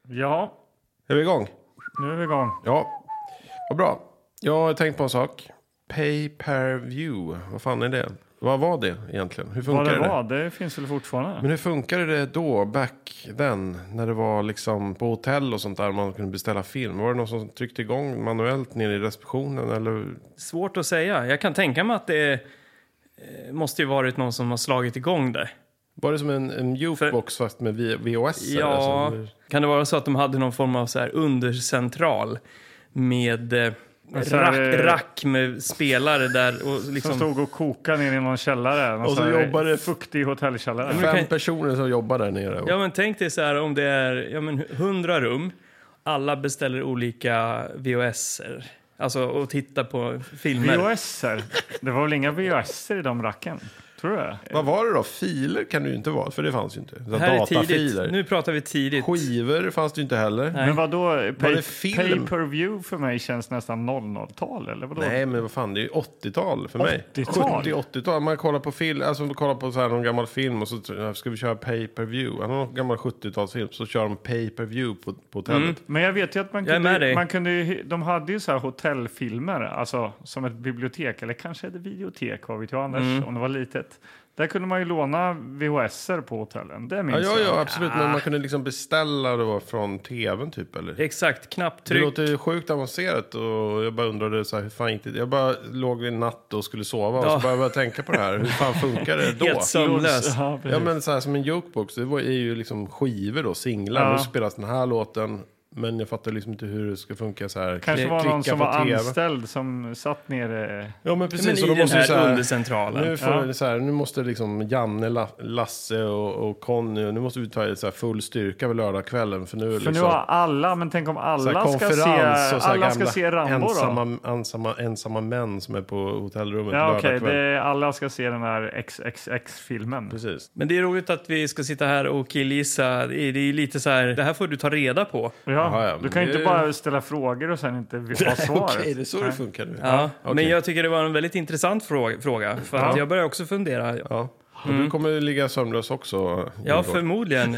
Ja, Är vi igång? nu är vi igång. Ja, vad bra. Jag har tänkt på en sak. Pay per view. Vad fan är det? Vad var det egentligen? Hur funkar Vad det var, det finns väl fortfarande. Men hur funkade det då, back then? När det var liksom på hotell och sånt där man kunde beställa film. Var det någon som tryckte igång manuellt ner i receptionen? Eller? Svårt att säga. Jag kan tänka mig att det måste ju varit någon som har slagit igång det. Var det som en jukebox fast med VHS? Ja, eller? kan det vara så att de hade någon form av så här undercentral med rack med spelare där och liksom... Som stod och kokade ner i någon källare. Någon Och så jobbade fuktig hotellkällare. 5 personer som jobbar där nere. Ja, men tänk dig så här om det är 100 rum. Alla beställer olika VHS-er. Alltså och tittar på filmer. VHS-er? Det var väl inga VHS-er i de racken? Tror du det? Vad var det då? Filer kan det ju inte vara, för det fanns ju inte. Det här är tidigt. Datafiler. Nu pratar vi tidigt. Skivor fanns det ju inte heller. Nej. Men vad då? Var det film? Pay-per-view för mig känns nästan 00-tal, eller vadå? Nej, men vad fan, det är ju 80-tal för mig. 80-tal? 70-80-tal. Man kollar på film, alltså man kollar på så här någon gammal film och så ska vi köra pay-per-view. Någon gammal 70-talsfilm så kör de pay-per-view på hotellet. Men jag vet ju att man kunde de hade ju så här hotellfilmer, alltså som ett bibliotek, eller kanske ett videotek, vad vet jag Anders, om det var litet. Där kunde man ju låna VHS-er på hotellen. Det minns jag. Ja, absolut. Men man kunde liksom beställa det från tvn typ, eller? Exakt, knapptryck. Det låter sjukt avancerat och jag bara undrade så här, hur fan inte. Jag bara låg en natt och skulle sova och så bara började tänka på det här. Hur fan funkar det då? Helt sömnlös. Ja, men så här som en jukebox, det är ju liksom skivor då, singlar. Ja. Nu spelas den här låten. Men jag fattar liksom inte hur det ska funka så här. Kanske var någon som var TV. anställd som satt nere. Ja, men precis. Men Så i då den måste här så här, undercentralen. nu måste liksom Janne, Lasse och Conny, nu måste vi ta så här full styrka vid lördagskvällen. För nu, För nu har alla, men tänk om alla ska se Rambo ensamma män som är på hotellrummet lördagkväll. Alla ska se den här XXX-filmen. Precis. Men det är roligt att vi ska sitta här och killgissa. Det är lite så här, det här får du ta reda på. Ja, du kan ju inte bara ställa frågor och sen inte ha svaret. Okej, det är så det funkar nu. Ja, okay. Men jag tycker det var en väldigt intressant fråga. För att jag börjar också fundera. Ja. Och du kommer ligga sömnlös också. Ja, förmodligen.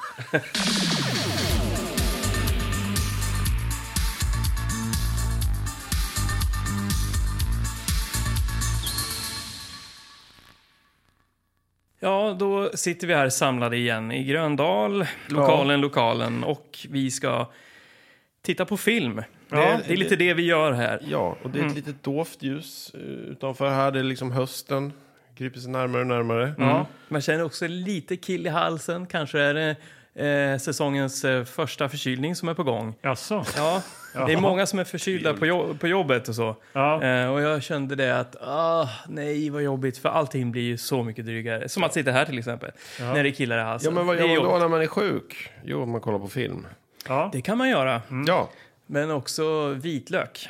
Ja, då sitter vi här samlade igen i Gröndal, lokalen, och vi ska titta på film. Ja, det är lite det vi gör här. Ja, och det är ett litet dovt ljus utanför här. Det är liksom hösten, kryper sig närmare och närmare. Man känner också lite kill i halsen. Kanske är det säsongens första förkylning som är på gång. Jaså? Ja, det är många som är förkylda på jobbet och så. Ja. Och jag kände det att, nej vad jobbigt. För allting blir ju så mycket drygare. Som att sitta här till exempel, när det killar i halsen. Ja, men vad gör man då när man är sjuk? Jo, man kollar på film. Ja. Det kan man göra. Ja. Men också vitlök.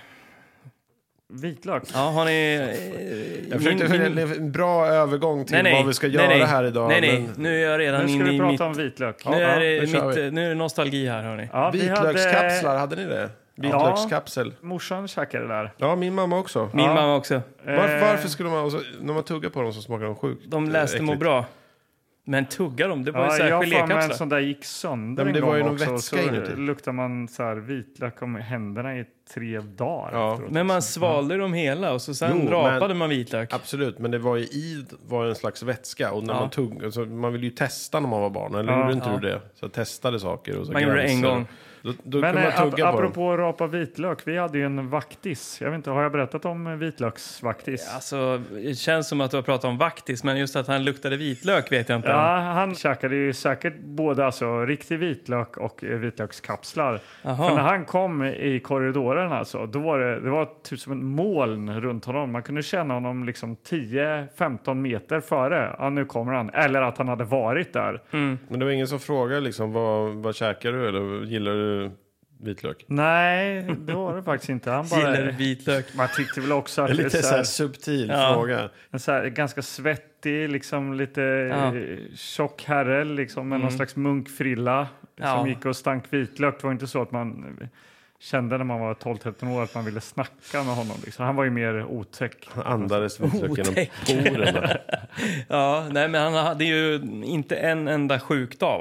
Vitlök? Ja, har ni... Jag försökte en bra övergång till vad vi ska göra här idag. Nej, nu är jag redan inne i Nu ska vi prata om vitlök. Nu är det nostalgi här, hörni. Ja, vitlökskapslar, hade ni det? Vitlökskapsel. Morsan käkade det där. Ja, min mamma också. Min mamma också. Varför skulle man... när man tuggar på dem så smakar de sjukt. De läste må bra. Men tuggar de? Det var ju så här gelékapslar. Jag får med en sån där gick sönder en det gång var ju någon också. vätska inuti. Luktar man så här vitlök om händerna i 3 dagar. Ja. Men man svalde dem hela och så sen rapade man vitlök. Absolut, men det var ju en slags vätska. Och när man tugg, alltså, man ville ju testa när man var barn. Eller gjorde inte du det? Så testade saker. Och så man gjorde det en gång. Då men apropå rapa vitlök, vi hade ju en vaktis. Jag vet inte, har jag berättat om vitlöksvaktis? Alltså, det känns som att du har pratat om vaktis, men just att han luktade vitlök vet jag inte. Ja, han käkade ju säkert både alltså riktig vitlök och vitlökskapslar. För när han kom i korridoren alltså, då var det var typ som en moln runt honom. Man kunde känna honom liksom 10-15 meter före. Ja, nu kommer han. Eller att han hade varit där. Men det var ingen som frågade liksom, vad käkar du eller gillar du vitlök? Nej, det var det faktiskt inte. Han bara, gillar vitlök. Man tyckte väl också att det är lite så här subtil fråga. En så här, ganska svettig, liksom lite tjock herre liksom, med någon slags munkfrilla som gick och stank vitlök. Det var inte så att man kände när man var 12-13 år att man ville snacka med honom. Liksom. Han var ju mer otäck. Han andades vitlök genom porerna. Ja, nej, men han hade ju inte en enda sjukdag, va?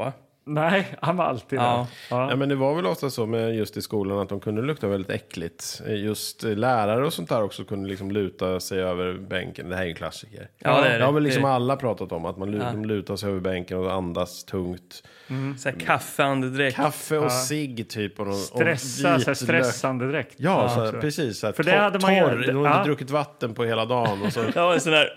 Nej, han var alltid där. Ja, men det var väl ofta så med just i skolan att de kunde lukta väldigt äckligt. Just lärare och sånt där också kunde liksom luta sig över bänken. Det här är ju en klassiker. Ja, det är det. Det har väl liksom alla pratat om, att de lutar sig över bänken och andas tungt. Så här kaffeandedräkt. Kaffe och cigg typ. Och stressandedräkt. Ja, så här, precis. Så här, för det hade man ju... De hade druckit vatten på hela dagen. Och så. Ja, en sån där...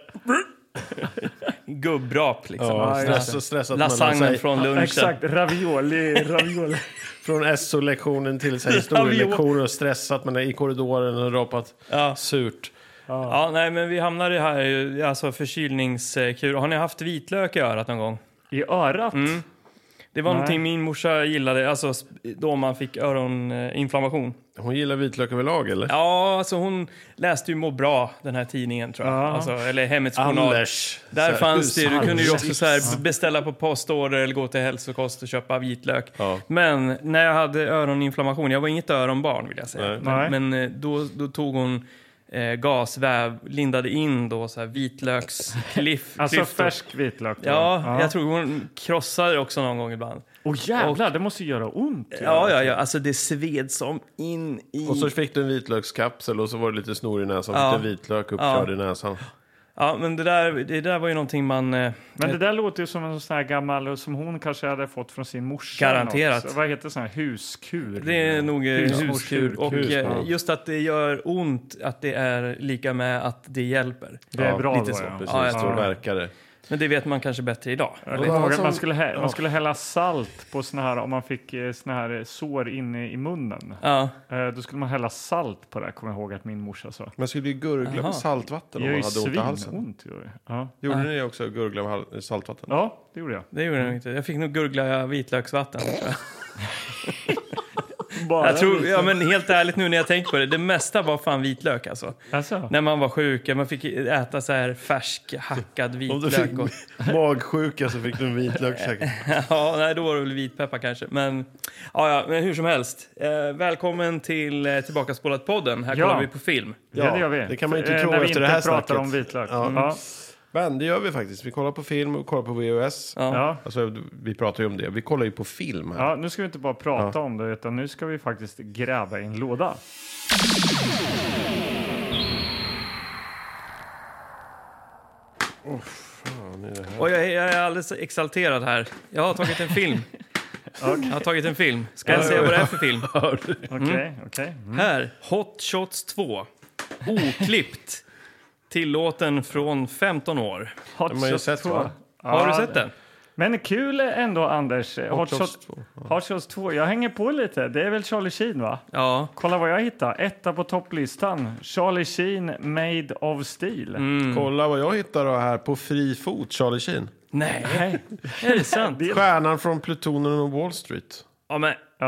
gubbrap liksom. Ja, stressat lasagnen från lunchen. Exakt, ravioli. Från SO-lektionen till historielektioner och stressat men i korridoren och rapat surt. Ja, nej, men vi hamnade här, alltså förkylningskur. Har ni haft vitlök i örat någon gång? I örat? Det var någonting min morsa gillade, alltså då man fick öroninflammation. Hon gillar vitlök överlag, eller? Ja, alltså hon läste ju Må bra, den här tidningen, tror jag. Alltså, eller Hemmets Journal. Anders. Där fanns det, du kunde ju också så här beställa på postorder eller gå till hälsokost och köpa vitlök. Ja. Men när jag hade öroninflammation, jag var inget öronbarn vill jag säga. Men då tog hon gasväv, lindade in då så här vitlöksklyftor. Alltså färsk vitlök då. Ja, jag tror hon krossade det också någon gång ibland. Jävlar, det måste göra ont. Ja, alltså det sved som in i... Och så fick du en vitlökskapsel och så var det lite snor i näsan. Ja. Fick du vitlök uppkörd i näsan. Ja, men det där var ju någonting man... Men det där låter ju som en sån här gammal, som hon kanske hade fått från sin morsa. Garanterat. Vad heter sån här huskur? Det är nog huskur. Och just att det gör ont, att det är lika med att det hjälper. Det är bra lite då, så. Precis, jag tror verkar det. Men det vet man kanske bättre idag. Man skulle hälla salt på såna här, om man fick såna här sår inne i munnen. Då skulle man hälla salt på det, kommer jag ihåg att min morsa sa. Man skulle ju gurgla med saltvatten om man hade ont i halsen. Ont, gjorde ni också, gurgla med saltvatten? Ja, det gjorde jag. Det gjorde jag inte. Jag fick nog gurgla vitlöksvatten. Jag tror, men helt ärligt nu när jag tänker på det, det mesta var fan vitlök alltså. När man var sjuk, man fick äta så här färsk hackad vitlök. Om du fick magsjuka så fick du en vitlök säkert. Ja, nej, då var det väl vitpeppar kanske. Men men hur som helst. Välkommen till Tillbakaspolat-podden. Här kollar vi på film. Ja, det gör vi. Det kan man inte tro efter det här snacket. Pratar om vitlök. Men det gör vi faktiskt. Vi kollar på film och kollar på VHS. Alltså, vi pratar ju om det. Vi kollar ju på film här. Ja, nu ska vi inte bara prata om det, utan nu ska vi faktiskt gräva i en låda. Och jag är alldeles exalterad här. Jag har tagit en film. Jag har tagit en film. Ska jag säga vad det är för film? Okej. Här, Hot Shots 2. Oklippt. Tillåten från 15 år. Hot Shots 2. Har du sett den? Men kul ändå, Anders. Hot Shots 2. Jag hänger på lite. Det är väl Charlie Sheen, va? Ja. Kolla vad jag hittar. Etta på topplistan. Charlie Sheen, Made of Steel. Kolla vad jag hittar då här på fri fot, Charlie Sheen. Nej, är det sant? Stjärnan från Plutonen och Wall Street. Ja, men... Det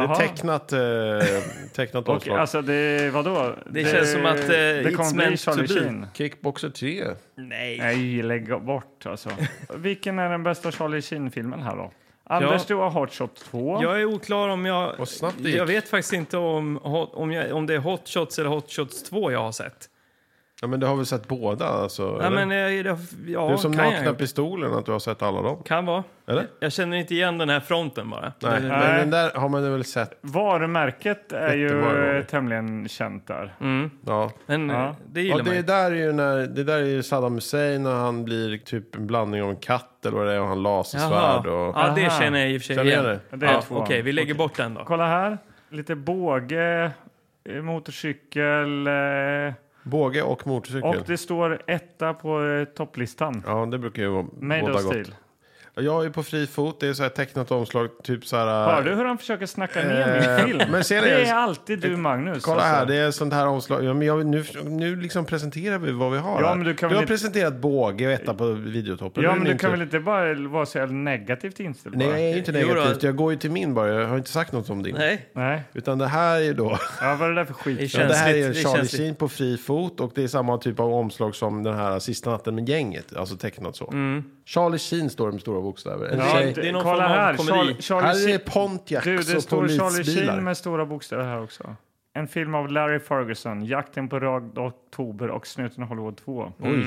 är tecknat omslag. Alltså vadå? Det känns som att det kommer bli Charlie Sheen. Kickboxer 3. Nej, lägg bort alltså. Vilken är den bästa Charlie Sheen-filmen här då? Anders, du har Hot Shots 2. Jag är oklar om jag vet faktiskt inte om det är Hot Shots eller Hot Shots 2 jag har sett. Ja, men du har väl sett båda alltså? Ja, men, det är som nakna pistolen, att du har sett alla dem. Kan vara. Eller? Jag känner inte igen den här fronten bara. Nej, men den där har man väl sett. Varumärket är ju tämligen känt där. Ja. Men det gillar man. Det där är ju Saddam Hussein när han blir typ en blandning av en katt eller vad det är, och han lasersvärd. Ja, det känner jag i och för sig igen. Det är okej, vi lägger bort den då. Kolla här. Lite båge, motorcykel... Båge och motorcykel. Och det står etta på topplistan. Ja, det brukar ju vara Made of Steel. Jag är på fri fot. Det är så här tecknat omslag. Typ så här, hör du hur han försöker snacka ner min film? Men ser det är alltid du, Magnus. Kolla här, det är sånt här omslag. Ja, men nu liksom presenterar vi vad vi har. Ja, men du har presenterat båge och etta på videotoppen. Ja, men du kan väl inte bara vara så negativt inställd? Nej, jag är inte negativt. Jag går ju till min bara. Jag har inte sagt något om din. Nej. Utan det här är då... Ja, vad är det där för skit? Det här är Charlie Sheen på fri fot. Och det är samma typ av omslag som den här Sista natten med gänget. Alltså tecknat så. Charlie Sheen står det med stora bokstäver. Det är någon form av komedi. Här är Pontiacs och det står Charlie polisbilar. Sheen med stora bokstäver här också. En film av Larry Ferguson, Jakten på röd oktober och Snuten i Hollywood 2. Oj.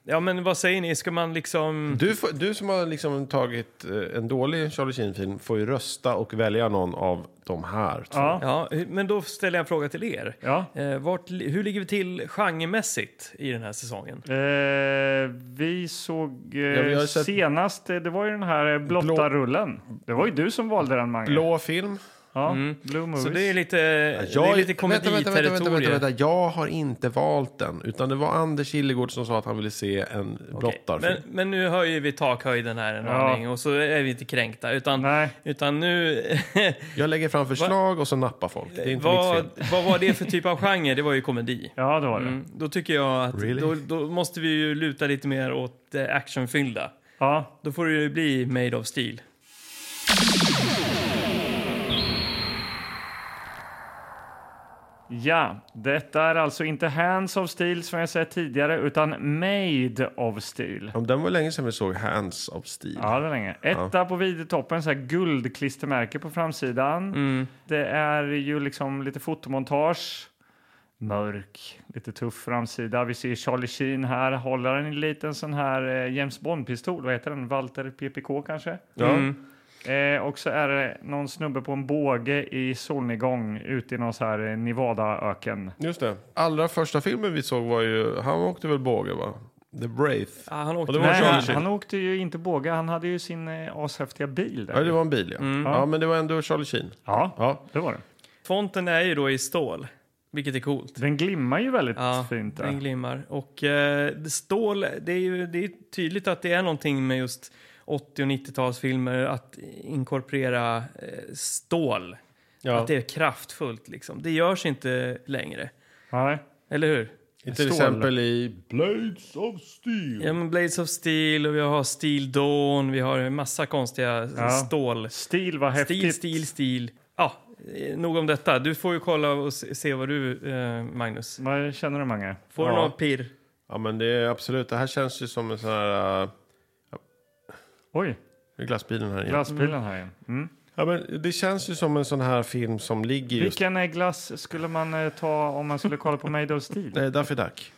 Ja, men vad säger ni? Ska man liksom... Du som har liksom tagit en dålig Charlie Sheen-film får ju rösta och välja någon av de här. Ja, men då ställer jag en fråga till er. Ja. Hur ligger vi till genremässigt i den här säsongen? Vi såg senast, det var ju den här blotta rullen. Det var ju du som valde den, Mange. Blå film. Ja, Blue Movies. Så det är lite komediterritorier. Vänta. Jag har inte valt den. Utan det var Anders Killegård som sa att han ville se en blottarfilm. Men nu höjer vi takhöjden här en aning. Och så är vi inte kränkta. Utan nu... Jag lägger fram förslag och så nappar folk. Det är inte mitt fel. Vad var det för typ av genre? Det var ju komedi. Ja, det var det. Då tycker jag att då måste vi ju luta lite mer åt actionfyllda. Ja. Då får det ju bli Made of Steel. Ja, detta är alltså inte Hands of Steel som jag sagt tidigare, utan Made of Steel. Ja, den var länge sedan vi såg Hands of Steel. Ja, det var länge. Etta på videotoppen, så här guldklistermärke på framsidan. Det är ju liksom lite fotomontage. Mörk, lite tuff framsida. Vi ser Charlie Sheen här, håller en liten sån här James Bond-pistol. Vad heter den? Walter PPK kanske? Ja. Och så är det någon snubbe på en båge i solnedgång ute i någon så här Nevada-öken. Just det. Allra första filmen vi såg var ju, han åkte väl båge, va? The Wraith. Ja, han åkte ju inte båge, han hade ju sin ashäftiga bil där. Ja, det var en bil, ja. Ja, men det var ändå Charlie Sheen. Ja, det var det. Fonten är ju då i stål, vilket är coolt. Den glimmar ju väldigt fint. Ja, den glimmar. Och stål, det är tydligt att det är någonting med just 80- och 90-talsfilmer att inkorporera stål. Ja. Att det är kraftfullt liksom. Det görs inte längre. Nej. Eller hur? Till exempel i Blades of Steel. Ja, men Blades of Steel, och vi har Steel Dawn, vi har en massa konstiga stål. Steel var häftigt. Steel. Ja, nog om detta. Du får ju kolla och se vad du, Magnus. Vad känner du, Mange? Får du någon pirr? Ja, men det är absolut. Det här känns ju som en sån här... Oj. Det är glassbilen här igen. Glassbilen här igen. Mm. Ja, men det känns ju som en sån här film som ligger just... Vilken glass skulle man ta om man skulle kolla på Made of Steel? Nej, Daffy Duck.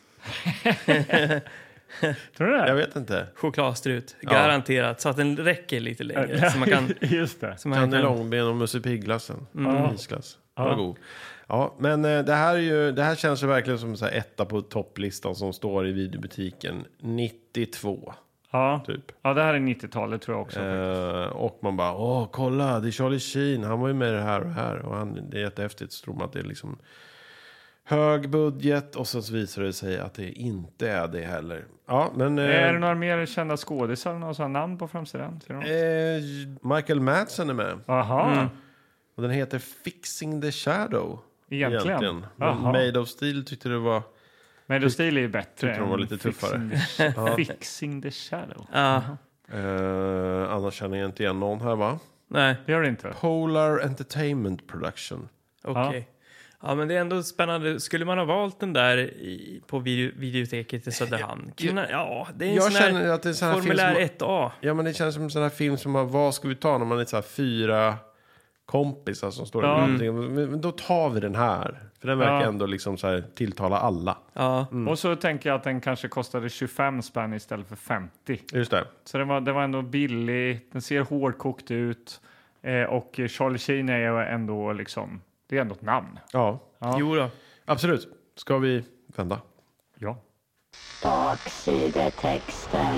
Tror du det? Jag vet inte. Chokladstrut. Garanterat. Så att den räcker lite längre. Så man kan... Just det. Långben och Musse Pigg-glassen. Isglass. Var god. Ja, men det här känns ju verkligen som så här etta på topplistan som står i videobutiken 92. Ja, typ. Ja, det här är 90-talet tror jag också. Och man bara, kolla, det är Charlie Sheen. Han var ju med i det här och det här. Och det är jättehäftigt. Så tror man att det är liksom hög budget. Och så visar det sig att det inte är det heller. Ja, men... är det några mer kända skådisar? Några sådana namn på framsidan? Michael Madsen är med. Aha. Och den heter Fixing the Shadow. Egentligen. Made of Steel tyckte det var... Made of Steel är bättre. Tyckte de var lite tuffare. Fixing the Shadow. Annars känner jag inte igen någon här, va? Nej. Det gör det inte. Polar Entertainment Production. Okej. Ja, men det är ändå spännande. Skulle man ha valt den där på videoteket i Söderhamn? Det är en sån här formulär 1A. Ja, men det känns som en sån här film som vad ska vi ta när man är så här 4 kompisar som står men då tar vi den här. För den verkar ändå liksom så här tilltala alla. Ja. Och så tänker jag att den kanske kostade 25 spänn istället för 50. Just det. Så det var ändå billig. Den ser hårdkokt ut. Och Charlie Sheen är ju ändå liksom... Det är ändå ett namn. Ja. Jo då. Absolut. Ska vi vända? Ja. Baksidetexten.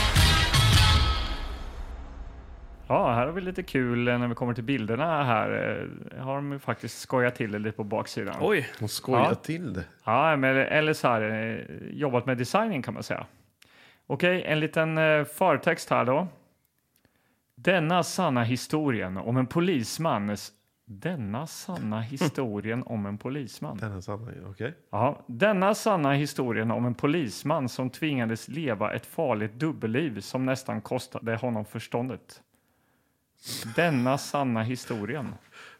Ja, här har vi lite kul när vi kommer till bilderna här. Har de faktiskt skojat till det lite på baksidan. Oj. De skojat till det. Ja, men, eller så här, jobbat med designen kan man säga. Okej, en liten förtext här då. Denna sanna historien om en polisman. Denna sanna historien om en polisman. Denna sanna historien om en polisman som tvingades leva ett farligt dubbelliv som nästan kostade honom förståndet. Denna sanna historien.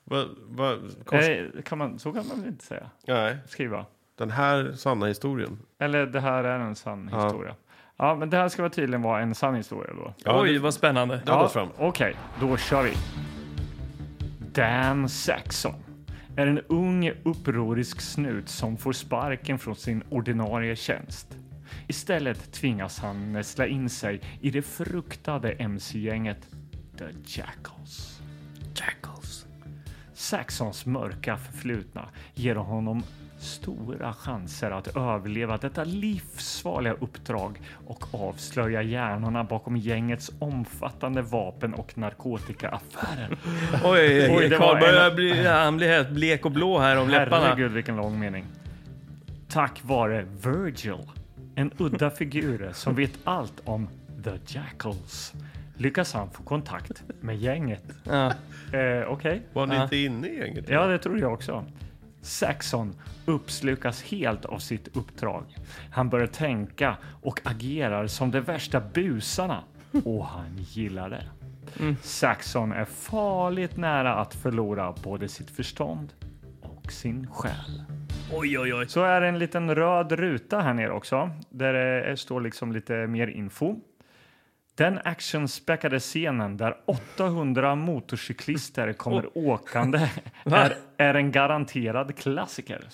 Så kan man väl inte säga. Nej. Skriva. Den här sanna historien. Eller det här är en sann historia. Ja, men det här ska tydligen vara en sann historia då. Oj, vad spännande. Okej, då kör vi. Dan Saxon är en ung upprorisk snut som får sparken från sin ordinarie tjänst. Istället tvingas han nästla in sig i det fruktade MC-gänget The Jackals. Saxons mörka förflutna ger honom stora chanser att överleva detta livsfarliga uppdrag och avslöja hjärnorna bakom gängets omfattande vapen- och narkotikaaffärer. Oj, Carl börjar bli helt blek och blå här om läpparna. Herregud, vilken lång mening. Tack vare Virgil, en udda figur som vet allt om The Jackals, lyckas han få kontakt med gänget. Ja. Okej. Var ni inte inne i gänget? Ja, det tror jag också. Saxon uppslukas helt av sitt uppdrag. Han börjar tänka och agerar som de värsta busarna. Och han gillar det. Saxon är farligt nära att förlora både sitt förstånd och sin själ. Oj. Så är det en liten röd ruta här nere också. Där det står liksom lite mer info. Den actionspäckade scenen där 800 motorcyklister kommer åkande är en garanterad klassiker.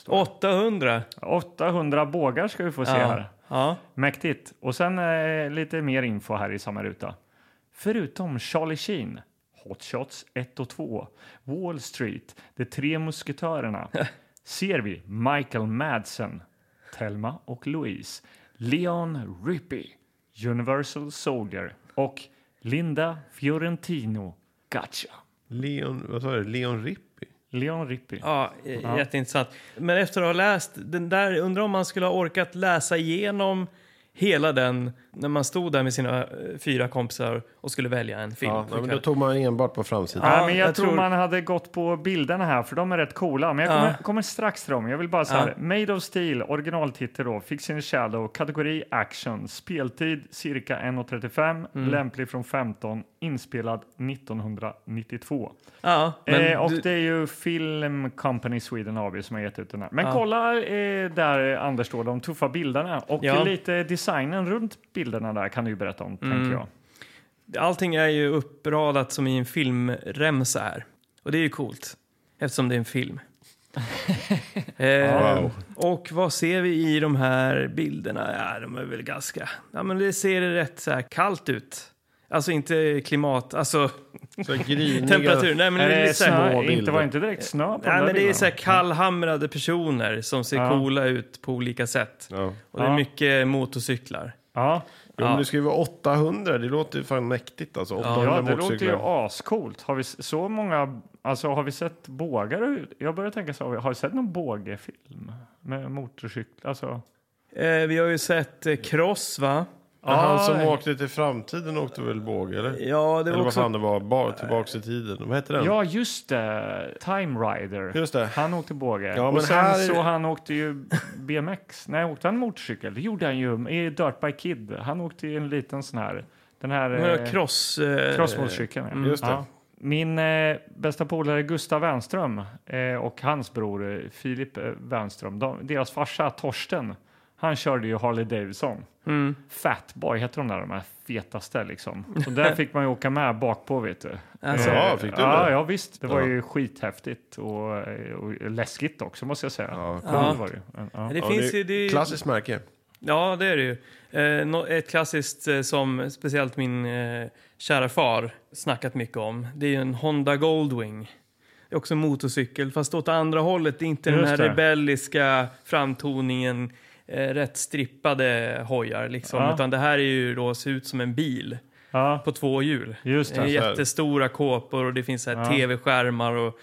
800 bågar ska vi få se här. Ja. Mäktigt. Och sen lite mer info här i samma ruta. Förutom Charlie Sheen, Hot Shots 1 och 2, Wall Street, De tre musketörerna, ser vi Michael Madsen, Thelma och Louise, Leon Rippy, Universal Soldier och Linda Fiorentino. Gotcha. Leon Rippy? Leon Rippy. Ja, jätteintressant. Men efter att ha läst den där, undrar om man skulle ha orkat läsa igenom hela den när man stod där med sina 4 kompisar och skulle välja en film. Ja, men då tog man enbart på framsidan. Ja, men jag tror man hade gått på bilderna här, för de är rätt coola. Men jag kommer strax till dem. Jag vill bara säga Made of Steel, originaltitel då, Fixing Shadow, kategori action, speltid cirka 1:35, lämplig från 15, inspelad 1992. Ja, och det är ju Film Company Sweden AB som har gett ut den här. Men kolla där Anders står, de tuffa bilderna och lite designen runt bilderna där kan du ju berätta om, tänker jag. Allting är ju uppradat som i en filmremsa här. Och det är ju coolt, eftersom det är en film. Wow. Och vad ser vi i de här bilderna? Ja, de är väl ganska... Ja, men det ser rätt så här kallt ut. Alltså inte klimat, alltså så griniga, temperatur. Nej, men det är så här, var inte direkt snö på. Nej, men det är så här kallhamrade personer som ser coola ut på olika sätt. Ja. Och det är mycket motorcyklar. Ja. Jo, men det ska ju vara 800. Det låter ju fan mäktigt alltså. 800 det låter ju ascoolt. Har vi så många, alltså har vi sett bågar? Jag börjar tänka så, har vi sett någon bågefilm med motorcyklar? Alltså. Vi har ju sett Cross, va? Han som åkte till framtiden åkte väl båg, eller? Ja, det var eller också... vad fan det var, bara tillbaks i tiden. Vad heter den? Ja, just det. Time Rider. Just det. Han åkte båge. Ja, och sen så han åkte ju BMX. Nej, åkte han motorcykel? Det gjorde han ju i Dirt by Kid. Han åkte ju en liten sån här... Den här... Crossmotorcykeln. Just det. Ja. Min bästa polare Gustav Wernström och hans bror Filip Wernström. Deras farsa Torsten. Han körde ju Harley Davidson. Fatboy heter de här fetaste liksom. Och där fick man ju åka med bakpå, vet du. Alltså, fick du det? Ja, visst. Det var ju skithäftigt och läskigt också, måste jag säga. Var det. Det finns ju... Det... Klassiskt märke. Ja, det är det ju. Ett klassiskt som speciellt min kära far snackat mycket om. Det är ju en Honda Goldwing. Det är också en motorcykel, fast åt andra hållet. Det är inte den här rebelliska framtoningen, rätt strippade hojar liksom. Utan det här är ju då, ser ut som en bil på 2 hjul. Just det. Jättestora kåpor och det finns så här tv-skärmar och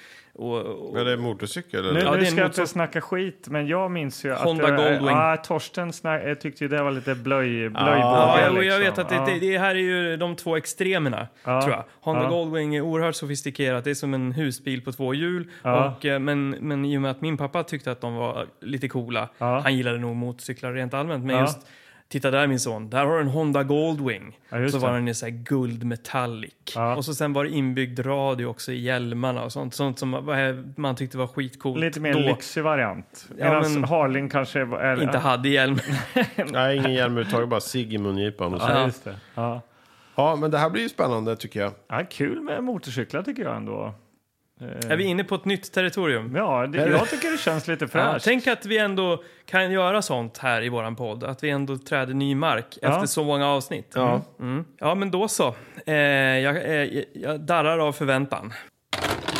är det motorcykel? Eller? Nu ska jag inte snacka skit, men jag minns ju Honda Goldwing. Torsten tyckte ju det var lite blöjbåge. Jag vet att det här är ju de 2 extremerna, tror jag. Honda Goldwing är oerhört sofistikerat. Det är som en husbil på 2 hjul. Och, men i och med att min pappa tyckte att de var lite coola. Han gillade nog motorcyklar rent allmänt. Men just... Titta där, min son. Där har du en Honda Goldwing. Så var den i så här guldmetallic. Och så sen var det inbyggd radio också i hjälmarna och sånt som man tyckte var skitcoolt. Lite mer lyxig variant. Medan Harling kanske inte hade hjälm. Nej, ingen hjälm uttaget, bara cigg i mungipan och så. Ja, just det. Ja, men det här blir ju spännande, tycker jag. Ja, kul med motorcyklar, tycker jag ändå. Är vi inne på ett nytt territorium? Ja, jag tycker det känns lite fräscht. Ja, tänk att vi ändå kan göra sånt här i våran podd. Att vi ändå träder ny mark efter så många avsnitt. Ja, ja men då så. Jag darrar av förväntan. I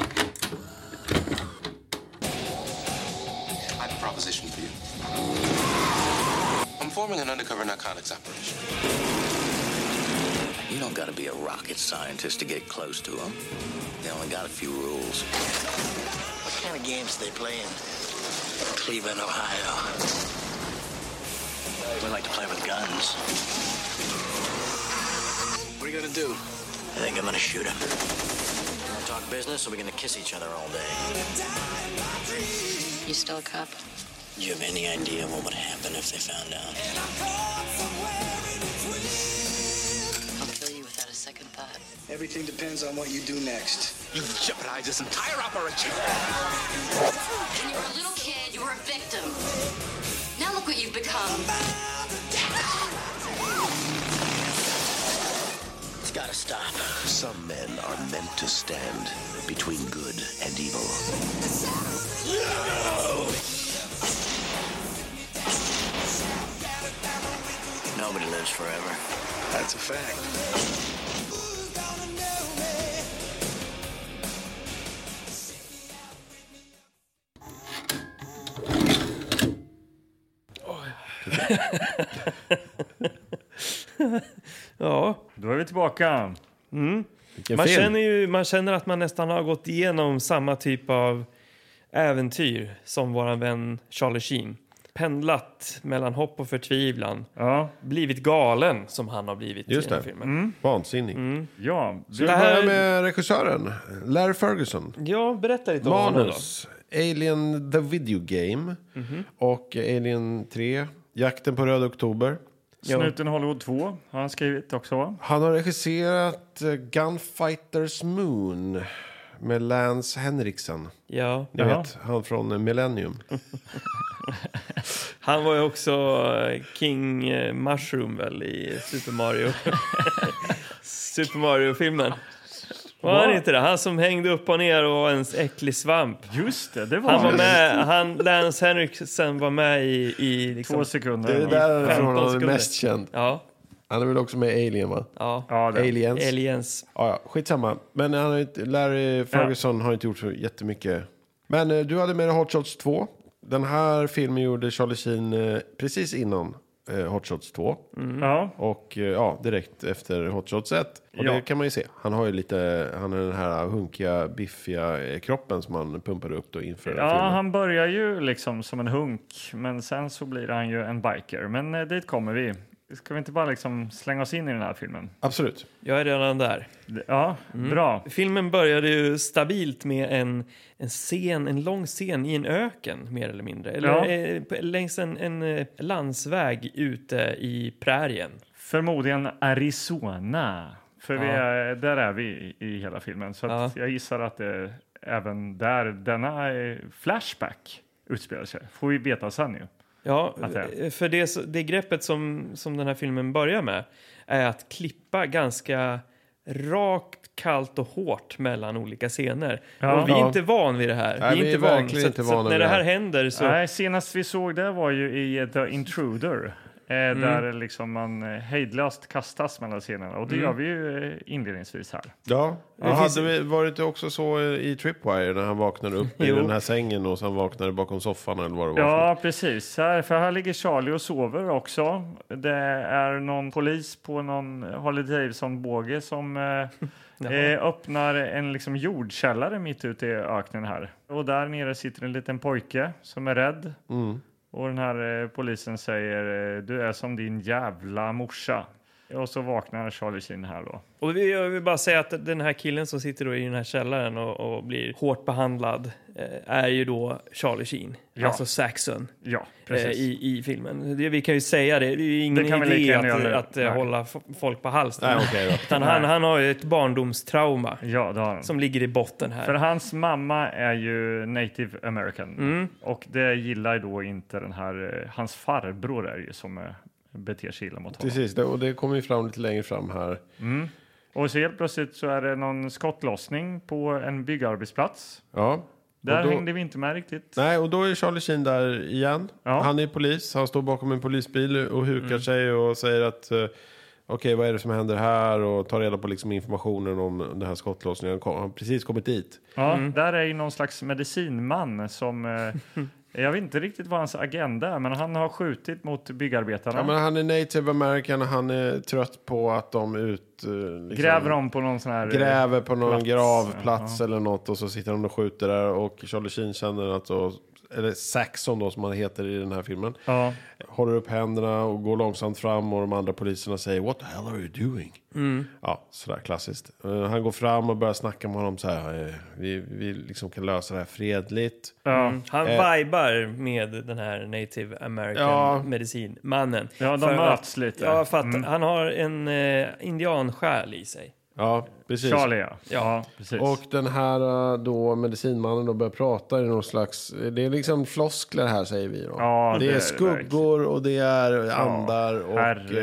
have a proposition for you. I'm forming an undercover narcotics operation. You don't gotta be a rocket scientist to get close to them. They only got a few rules. What kind of games do they play in Cleveland, Ohio? We like to play with guns. What are you gonna do? I think I'm gonna shoot him. Wanna talk business or are we gonna kiss each other all day? You still a cop? Do you have any idea what would happen if they found out? I'll kill you without a second thought. Everything depends on what you do next. You jeopardize this entire operation. When you were a little kid, you were a victim. Now look what you've become. It's gotta stop. Some men are meant to stand between good and evil. Nobody lives forever. That's a fact. Ja. Då är vi tillbaka. Man känner att man nästan har gått igenom samma typ av äventyr som våran vän Charlie Sheen. Pendlat mellan hopp och förtvivlan. Ja. Blivit galen som han har blivit just i den det. filmen. Vansinnig. Ja, Vi börjar med regissören, Larry Ferguson. Ja, berätta lite om honom då. Manus, Alien The Video Game och Alien 3, Jakten på Röd Oktober. Snuten Hollywood 2 har han skrivit också, va? Han har regisserat Gunfighters Moon med Lance Henriksen. Ja. Ni vet, han från Millennium. Han var ju också King Mushroom väl i Super Mario. Super Mario-filmen. Var han inte det? Han som hängde upp och ner och var en äcklig svamp. Just det, det var han. Var med, Lance Henriksen var med i liksom 2 sekunder. Det är där han är sekunder. mest känd. Ja. Han är väl också med i Alien, va? Ja. Aliens. Ja, skitsamma. Men han har inte, Larry Ferguson har inte gjort så jättemycket. Men du hade med dig Hot Shots 2. Den här filmen gjorde Charlie Sheen precis innan Hot Shots 2. Ja. Och direkt efter Hot Shots 1. Och det kan man ju se. Han har ju han har den här hunkiga, biffiga kroppen som han pumpade upp då inför filmen. Han börjar ju liksom som en hunk, men sen så blir han ju en biker. Men dit kommer vi. Ska vi inte bara liksom slänga oss in i den här filmen? Absolut. Jag är redan där. Ja, bra. Filmen började ju stabilt med en lång scen i en öken, mer eller mindre. Eller längs en landsväg ute i prärien. Förmodligen Arizona. För där är vi i hela filmen. Så att jag gissar att det även där denna flashback utspelar sig. Får vi veta sen ju. Ja, för det greppet som den här filmen börjar med är att klippa ganska rakt, kallt och hårt mellan olika scener. Och vi är inte van vid det här. Nej, vi är verkligen inte vana så när det här händer så... Nej, senast vi såg det var ju i The Intruder. Där liksom man hejdlöst kastas mellan scenerna. Och det gör vi ju inledningsvis här. Ja, varit det också så i Tripwire när han vaknade upp i den här sängen och sen vaknade bakom soffan eller vad det var? Ja, precis. För här ligger Charlie och sover också. Det är någon polis på någon Harley Davidson-båge som öppnar en liksom jordkällare mitt ute i öknen här. Och där nere sitter en liten pojke som är rädd. Och den här polisen säger, du är som din jävla morsa. Och så vaknar Charlie Sheen här då. Och jag vill bara säga att den här killen som sitter då i den här källaren och blir hårt behandlad är ju då Charlie Sheen. Ja. Alltså Saxon. Ja, precis. I filmen. Vi kan ju säga det. Det är ju ingen idé att hålla folk på halsen. Utan han har ju ett barndomstrauma som ligger i botten här. För hans mamma är ju native american. Och det gillar då inte den här... Hans farbror är ju som... beter sig illa mot honom. Precis, och det kommer ju fram lite längre fram här. Och så helt plötsligt så är det någon skottlossning på en byggarbetsplats. Ja. Där hängde vi inte med riktigt. Nej, och då är Charlie Sheen där igen. Ja. Han är polis. Han står bakom en polisbil och hukar sig och säger att okej, vad är det som händer här? Och tar reda på liksom informationen om den här skottlossningen. Han har precis kommit dit. Ja, där är ju någon slags medicinman som... jag vet inte riktigt vad hans agenda är, men han har skjutit mot byggarbetarna. Ja, men han är native american och han är trött på att de liksom, gräver om på någon sån här... Gräver på någon gravplats eller något och så sitter de och skjuter där och Charlie Sheen känner att... eller Saxon då som han heter i den här filmen. Ja. Håller upp händerna och går långsamt fram och de andra poliserna säger "What the hell are you doing?" Ja, sådär klassiskt. Han går fram och börjar snacka med honom så här, vi liksom kan lösa det här fredligt. Han vibar med den här native american medicinmannen. Ja, de möts lite. Ja, för att han har en indiansjäl i sig. Ja, precis. Charlie, ja, precis. Och den här då medicinmannen då börjar prata i någon slags... Det är liksom floskler här, säger vi då. Ja, det är skuggor och det är andar och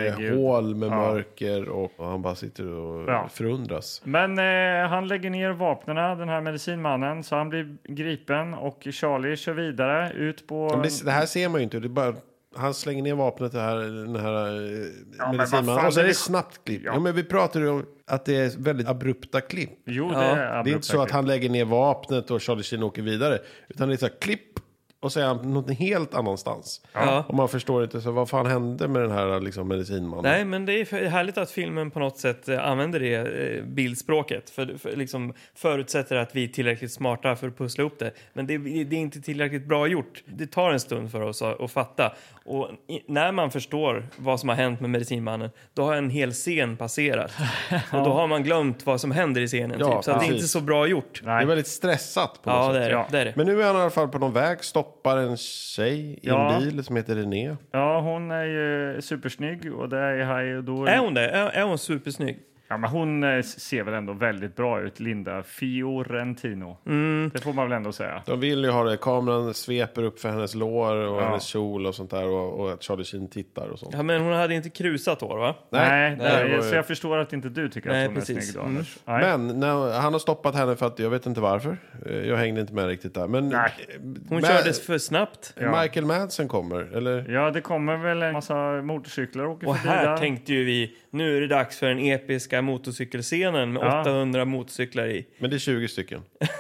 hål med mörker. Och han bara sitter och förundras. Men han lägger ner vapnena, den här medicinmannen. Så han blir gripen och Charlie kör vidare ut på... Det här ser man ju inte, det är bara... Han slänger ner vapnet den här medicinmannen. Och så är det snabbt klipp. Ja, men vi pratar ju om att det är väldigt abrupta klipp. Jo, det är inte så att han lägger ner vapnet och Charlie Sheen åker vidare. Utan det är så här klipp. Och så är han något helt annanstans. Ja. Och man förstår inte så vad fan hände med den här liksom, medicinmannen. Nej, men det är härligt att filmen på något sätt använder det bildspråket. För liksom förutsätter att vi är tillräckligt smarta för att pussla upp det. Men det är inte tillräckligt bra gjort. Det tar en stund för oss att fatta. Och när man förstår vad som har hänt med medicinmannen, då har en hel scen passerat. Och då har man glömt vad som händer i scenen. Ja, typ. Så att det är inte så bra gjort. Nej. Det är väldigt stressat på något sätt. Det är det. Men nu är han i alla fall på någon väg, stoppar en tjej i en bil som heter René. Ja, hon är ju supersnygg och det är här då... Är hon det? Är hon supersnygg? Ja, men hon ser väl ändå väldigt bra ut, Linda Fiorentino. Det får man väl ändå säga. De vill ju ha det. Kameran sveper upp för hennes lår och hennes kjol och sånt där. Och att Charlie Sheen tittar och sånt. Ja, men hon hade inte krusat hår, va? Nej, så jag förstår att inte du tycker att hon är snygg då, Anders. Men han har stoppat henne för att jag vet inte varför. Jag hängde inte med riktigt där. Men hon kördes för snabbt. Michael Madsen kommer, eller? Ja, det kommer väl en massa motorcyklar och här där. tänkte ju vi, nu är det dags för den episka motorcykelscenen med 800 motorcyklar i. Men det är 20 stycken.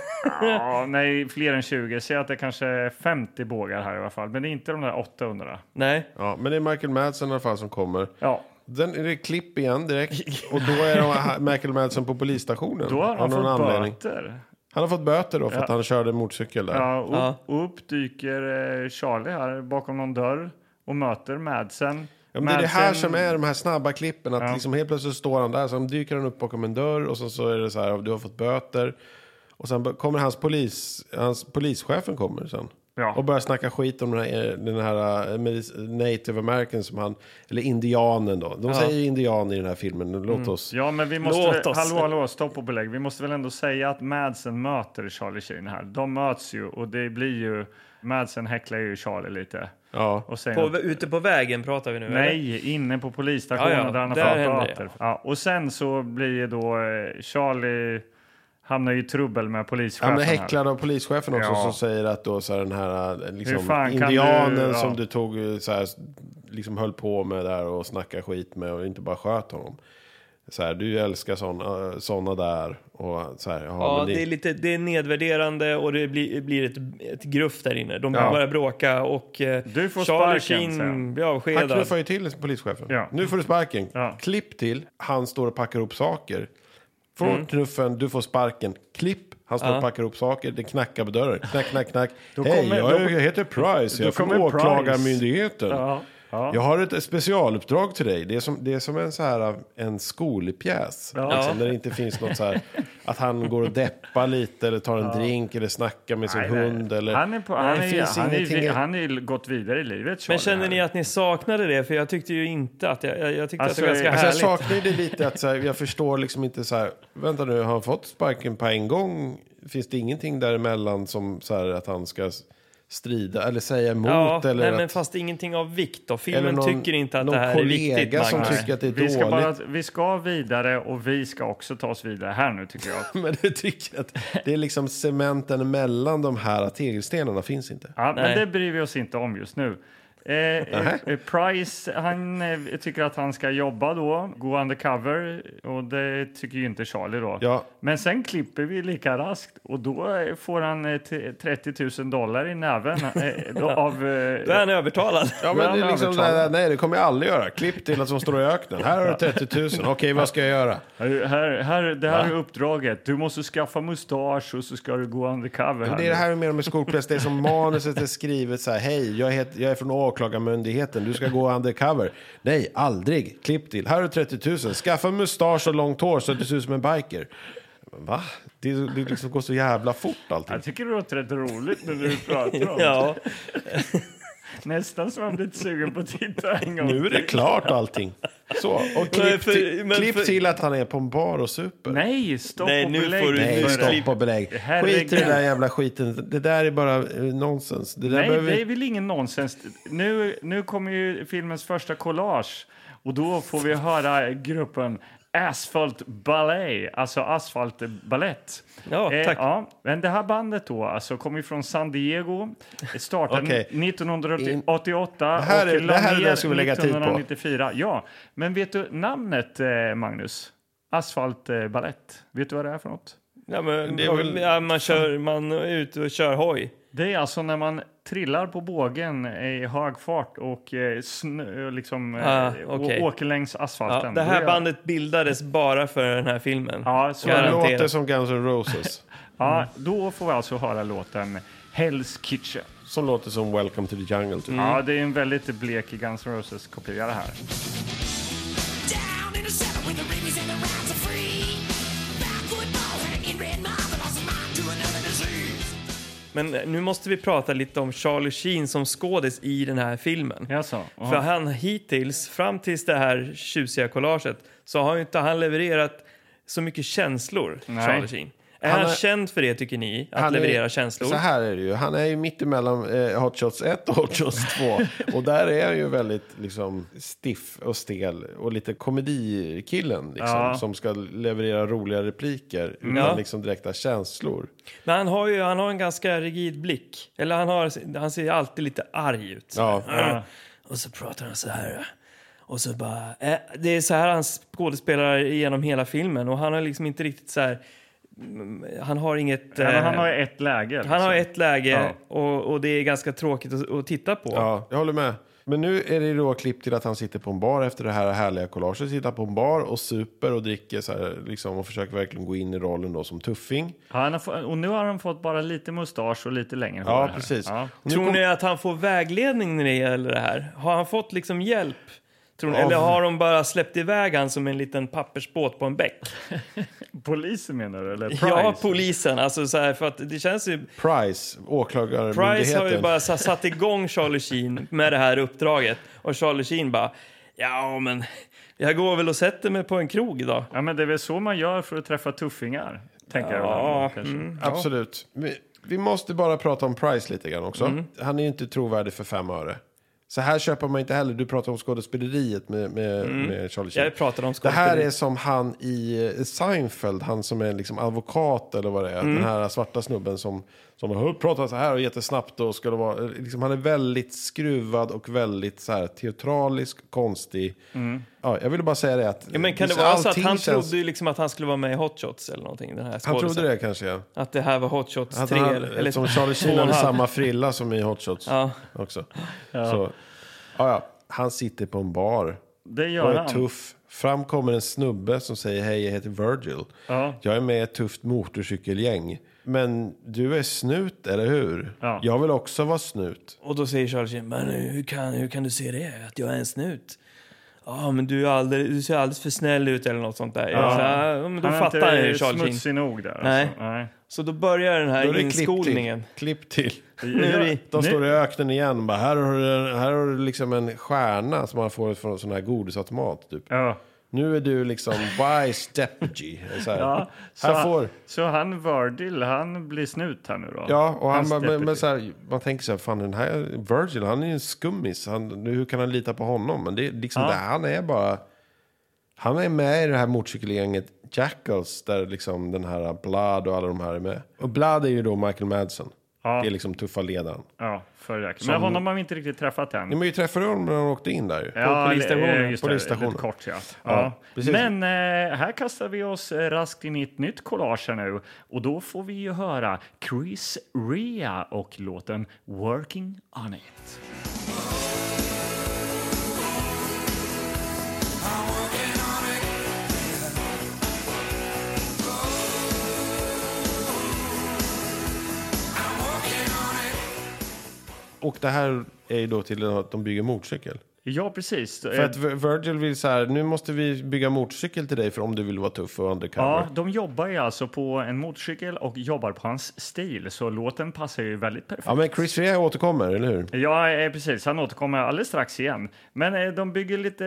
Nej, fler än 20. Jag ser att det kanske är 50 bågar här i alla fall. Men det är inte de där 800. Nej. Ja, men det är Michael Madsen i alla fall som kommer. Ja. Sen är det klipp igen direkt. Och då är Michael Madsen på polisstationen. Då har han fått böter. Han har fått böter då för att han körde motorcykel där. Ja, upp dyker Charlie här bakom någon dörr och möter Madsen. Ja, men det är det här som är de här snabba klippen. Att liksom helt plötsligt står han där. Så dyker han upp bakom en dörr. Och så är det så här, du har fått böter. Och sen kommer hans polischefen kommer sen. Ja. Och börjar snacka skit om den här native american som han... Eller indianen då. De säger indian i den här filmen. Låt oss... Ja, men vi måste... Hallå, stopp och belägg. Vi måste väl ändå säga att Madsen möter Charlie Sheen här. De möts ju och det blir ju... Madsen häcklar ju Charlie lite. Ja. Och ute på vägen pratar vi nu? Nej, eller? Inne på polisstationen där han har fått böter. Ja, och sen så blir då Charlie hamnar i trubbel med polischefen. Han blir häcklad av polischefen också som säger att då så här, den här liksom, indianen som du tog så här, liksom höll på med där och snackade skit med och inte bara sköt honom. Så här, du älskar såna där och så här, men det är nedvärderande och det blir ett gruff där inne. De börjar bråka och du får sparken. Han knuffar ju till polischefen. Ja. Nu får du sparken. Ja. Klipp till, han står och packar upp saker. Från knuffen, du får sparken. Klipp, han står och packar upp saker. Det knackar på dörren. Knack. Hej, jag heter Price. Jag är från åklagarmyndigheten. Ja. Jag har ett specialuppdrag till dig. Det är som en så här en skolpjäs. Liksom, där det inte finns något så här att han går och deppar lite eller tar en drink eller snackar med sin hund eller han är gått vidare i livet. Men känner ni att ni saknade det? För jag tyckte ju inte att jag tyckte att det var ganska härligt. Jag saknade det lite att så här, jag förstår liksom inte så här, vänta nu, har han fått sparken på en gång? Finns det ingenting däremellan som så här att han ska strida eller säga emot. Eller nej, men fast ingenting av vikt då. Filmen tycker inte att det här är viktigt. Någon kollega som tycker att det är dåligt. Vi ska vidare och vi ska också ta oss vidare här nu, tycker jag. Men du tycker att det är liksom cementen mellan de här tegelstenarna finns inte. Ja, men det bryr vi oss inte om just nu. Price, han tycker att han ska jobba då, gå undercover, och det tycker ju inte Charlie då. Ja. Men sen klipper vi lika raskt och då får han $30,000 i näven av... Då är han övertalad. Ja, men det är liksom nej, det kommer jag aldrig göra. Klipp till att som står i öknen. Här har du 30 000. Okej, vad ska jag göra? Det här är uppdraget. Du måste skaffa mustasch och så ska du gå undercover. Men det är det här med skolpress. Det är som manuset är skrivet så här: hej, jag är från åklagarmyndigheten. Du ska gå undercover. Nej, aldrig. Klipp till. Här har du 30 000. Skaffa mustasch och långt hår så att du ser ut som en biker. Va? Det liksom går så jävla fort allting. Jag tycker det låter rätt roligt när du pratar om ja. Nästan som man blivit sugen på att titta en gång. Nu är det klart allting. Så, och klipp till att han är på en bar och super. Nej, stopp och belägg. Skit i den där jävla skiten. Det där är bara nonsens. Det är väl ingen nonsens. Nu kommer ju filmens första collage. Och då får vi höra gruppen Asphalt Ballet, alltså Asphalt Ballett. Ja, tack. Men det här bandet då alltså kommer ju från San Diego. Startade 1988 det här är det jag skulle lägga tid på. 1994. Ja, men vet du namnet, Magnus? Asphalt Ballett. Vet du vad det är för något? Ja, men det är väl... man är ute och kör hoj. Det är alltså när man trillar på bågen i hög fart och åker längs asfalten. Ja, det här bandet bildades bara för den här filmen. Ja, så det låter som Guns N' Roses. Ja, då får vi alltså höra låten Hell's Kitchen. Som låter som Welcome to the Jungle. Typ. Ja, det är en väldigt blek Guns N' Roses kopia det här. Men nu måste vi prata lite om Charlie Sheen som skådis i den här filmen. Jaså, för han hittills, fram tills det här tjusiga collaget, så har ju inte han levererat så mycket känslor, Charlie Sheen. Är han känd för det, tycker ni? Att leverera känslor? Så här är det ju. Han är ju mitt emellan Hot Shots 1 och Hot Shots 2. Och där är han ju väldigt liksom stiff och stel. Och lite komedikillen liksom, som ska leverera roliga repliker utan liksom direkta känslor. Men han har en ganska rigid blick. Eller han ser alltid lite arg ut. Och så pratar han så här. Och så bara... det är så här han skådespelar genom hela filmen. Och han har liksom inte riktigt så här... Han har inget... han har ett läge. Han har ett läge och det är ganska tråkigt att titta på. Ja, jag håller med. Men nu är det då klipp till att han sitter på en bar efter det här härliga collaget. Sitter på en bar och super och dricker så här, liksom, och försöker verkligen gå in i rollen då som tuffing. Och nu har han fått bara lite mustasch och lite längre. Ja, precis. Ja. Tror ni att han får vägledning när det gäller det här? Har han fått liksom hjälp? Eller har de bara släppt iväg han som en liten pappersbåt på en bäck? Polisen menar du? Eller Price? Ja, polisen. Alltså så här, för att det känns ju... Price, åklagarmyndigheten. Price har ju bara satt igång Charlie Sheen med det här uppdraget. Och Charlie Sheen bara, ja men jag går väl och sätter mig på en krog idag. Ja, men det är väl så man gör för att träffa tuffingar, tänker jag. Absolut. Vi måste bara prata om Price lite grann också. Han är ju inte trovärdig för 5 öre. Så här köper man inte heller. Du pratar om skådespeleriet med Charlie Sheen. Jag pratar om det här är som han i Seinfeld. Han som är liksom advokat eller vad det är. Den här svarta snubben som har pratat så här och jättesnabbt. Och skulle vara, liksom, han är väldigt skruvad och väldigt så här, teatralisk, konstig. Ja, jag ville bara säga det. Att, men kan det vara så att han trodde liksom att han skulle vara med i Hot Shots eller någonting? Den här han trodde det kanske, ja. Att det här var Hot Shots 3 eller som Charlie Sheen hade samma frilla som i Hot Shots också. Så, han sitter på en bar. Det gör och är han. tuff. Fram kommer en snubbe som säger hej, jag heter Virgil. Jag är med i ett tufft motorcykelgäng. Men du är snut, eller hur? Jag vill också vara snut. Och då säger Charlie Sheen, men hur kan du se det? Att jag är en snut? Ja, men du ser alldeles för snäll ut eller något sånt där. Men då fattar jag ju Charlie Sheen. Smutsig nog där. Nej. Alltså. Nej. Så då börjar den här inskolningen. Klipp till. De står i öknen igen. Bara, här har du liksom en stjärna som man får från sån här godisautomat. Typ. Nu är du liksom vice deputy. Så han Virgil, han blir snut här nu då? Ja, och men så här, man tänker så här, fan den här Virgil, han är ju en skummis. Hur kan han lita på honom? Men det är liksom han är med i det här motorcykelgänget Jackals, där liksom den här Blood och alla de här är med. Och Blood är ju då Michael Madsen. Ja. Det är liksom tuffa ledaren. Ja, men honom har vi inte riktigt träffat än. Ni har ju träffat honom när han åkte in där ju. Ja, polisstationen. Lite kort, ja. Men här kastar vi oss raskt in i ett nytt collage här nu. Och då får vi ju höra Chris Rea och låten Working on It. Och det här är ju då till att de bygger motorcykel. Ja, precis. För att Virgil vill så här, nu måste vi bygga motorcykel till dig för om du vill vara tuff och undercover. Ja, de jobbar ju alltså på en motorcykel och jobbar på hans stil. Så låten passar ju väldigt perfekt. Ja, men Chris Rea återkommer, eller hur? Ja, precis. Han återkommer alldeles strax igen. Men de bygger lite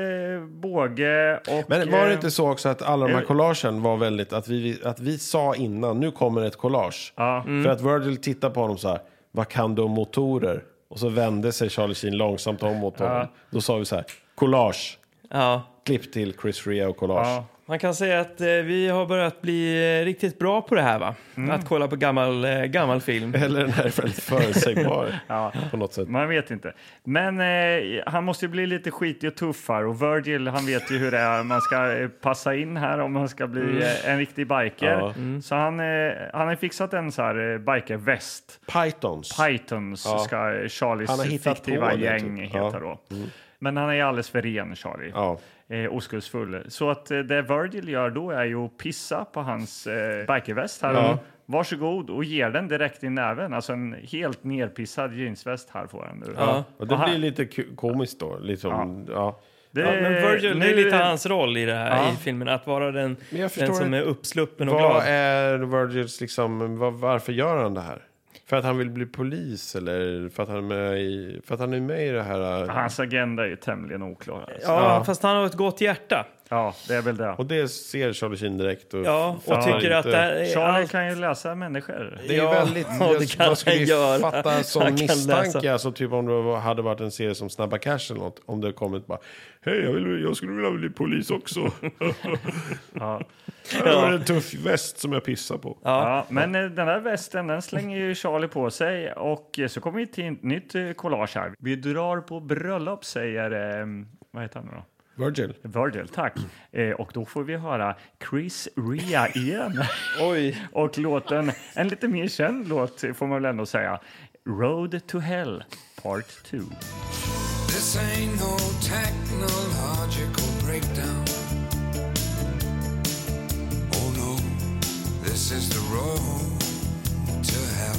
båge och... Men var det inte så också att alla de här collagen var väldigt... Att vi sa innan, nu kommer ett collage. Ja. För att Virgil tittar på honom så här, vad kan du om motorer? Och så vände sig Charlie Sheen långsamt om mot honom. Ja. Då sa vi så här, collage. Ja. Klipp till Chris Rea och collage. Ja. Man kan säga att vi har börjat bli riktigt bra på det här, va? Att kolla på gammal film. Eller den här är väldigt förutsägbar på något sätt. Man vet inte. Men han måste ju bli lite skitig och tuffar. Och Virgil, han vet ju hur det är. Man ska passa in här om man ska bli en riktig biker. Ja. Så han har fixat en så här bikerväst. Pythons ska Charlies fiktiva gäng heta då. Men han är alldeles för ren, Charlie. Ja. Oskuldsfull. Så att det Virgil gör då är ju att pissa på hans bikerväst här. Ja. Varsågod och ger den direkt i näven. Alltså en helt nerpissad jeansväst här får han nu. Ja. Och det blir lite komiskt då. Liksom, men Virgil, det är lite hans roll i det här i filmen. Att vara den som är uppsluppen och glad. Vad är Virgils liksom, varför gör han det här? För att han vill bli polis eller för att han är med i det här... Hans agenda är ju tämligen oklar. Alltså. Ja, fast han har ett gott hjärta. Ja, det är väl det. Och det ser Charlie Sheen direkt. Och tycker att Charlie kan ju läsa människor. Det är väldigt... man skulle ju fatta som misstanke. Alltså typ om det hade varit en serie som Snabba Cash eller något. Om det kommit bara, hej, jag skulle vilja bli polis också. Det var en tuff väst som jag pissar på. Ja, men den här västen, den slänger ju Charlie på sig. Och så kommer vi till ett nytt collage här. Vi drar på bröllop, säger... vad heter han då? Virgil, tack. Och då får vi höra Chris Rea igen. Oj. Och låten, en lite mer känd låt får man väl ändå säga. Road to Hell, Part 2. This ain't no technological breakdown. Oh no, this is the road to hell.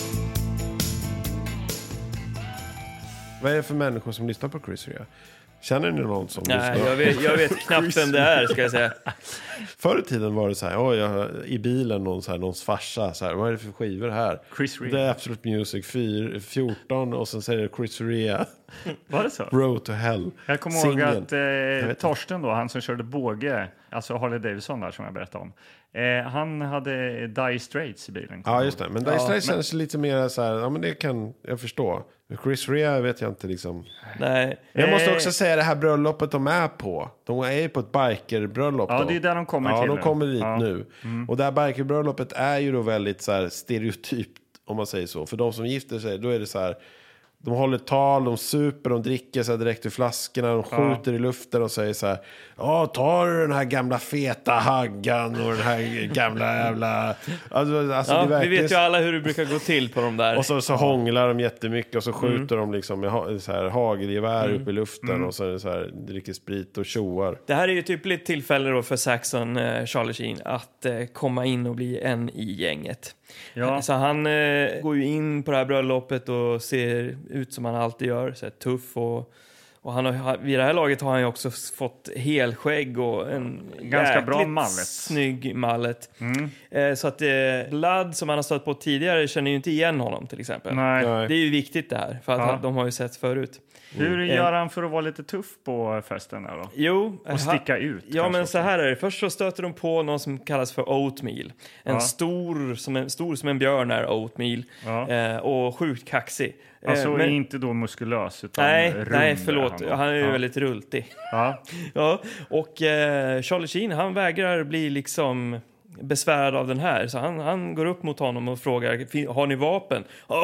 Vad är det för människor som lyssnar på Chris Rea? Känner ni någon som lyssnar? Jag vet knappt vem det är, ska jag säga. Förr i tiden var det så här, i bilen någons farsa, så här, vad är det för skivor här? Chris Rea. Det är Absolute Music 14 och sen säger det Chris Rea. Var det så? Road to Hell. Jag kommer ihåg att Torsten då, han som körde båge, alltså Harley Davidson där som jag berättade om. Han hade Dire Straits i bilen. Ja, just det. Men Dire Straits känns lite mer så här, ja men det kan jag förstå. Chris Rea vet jag inte liksom. Nej. Jag måste också säga det här bröllopet de är på. De är ju på ett bikerbröllop. Ja, det är där de kommer till. Ja, de kommer dit nu. Och det här bikerbröllopet är ju då väldigt så här stereotypt, om man säger så. För de som gifter sig, då är det så här, de håller tal, de super, de dricker så här direkt ur flaskorna, de skjuter i luften och säger så här, tar du den här gamla feta haggan och den här gamla jävla... Alltså vi vet ju alla hur det brukar gå till på de där. Och så hånglar de jättemycket och så skjuter de liksom med så här hagelgevär upp i luften och så är det så här, dricker sprit och tjoar. Det här är ju typ ett tillfälle då för Saxon, Charlie Sheen, att komma in och bli en i gänget. Ja. Så han går ju in på det här bröllopet och ser ut som han alltid gör, så här tuff Och vid det här laget har han ju också fått helskägg och en ganska bra mallet. Snygg mallet. Så att Blood som han har stött på tidigare känner ju inte igen honom till exempel. Nej. Det är ju viktigt det här, för att de har ju sett förut. Hur gör han för att vara lite tuff på festen här då? Jo, och sticka ut. Ja, men så här är det. Först så stöter de på någon som kallas för Oatmeal. Stor som en björn är Oatmeal. Och sjukt kaxig. Alltså men inte då muskulös utan nej, förlåt. Han är ju väldigt rultig. Ja. Och Charlie Sheen, han vägrar bli liksom besvärad av den här. Så han går upp mot honom och frågar, har ni vapen?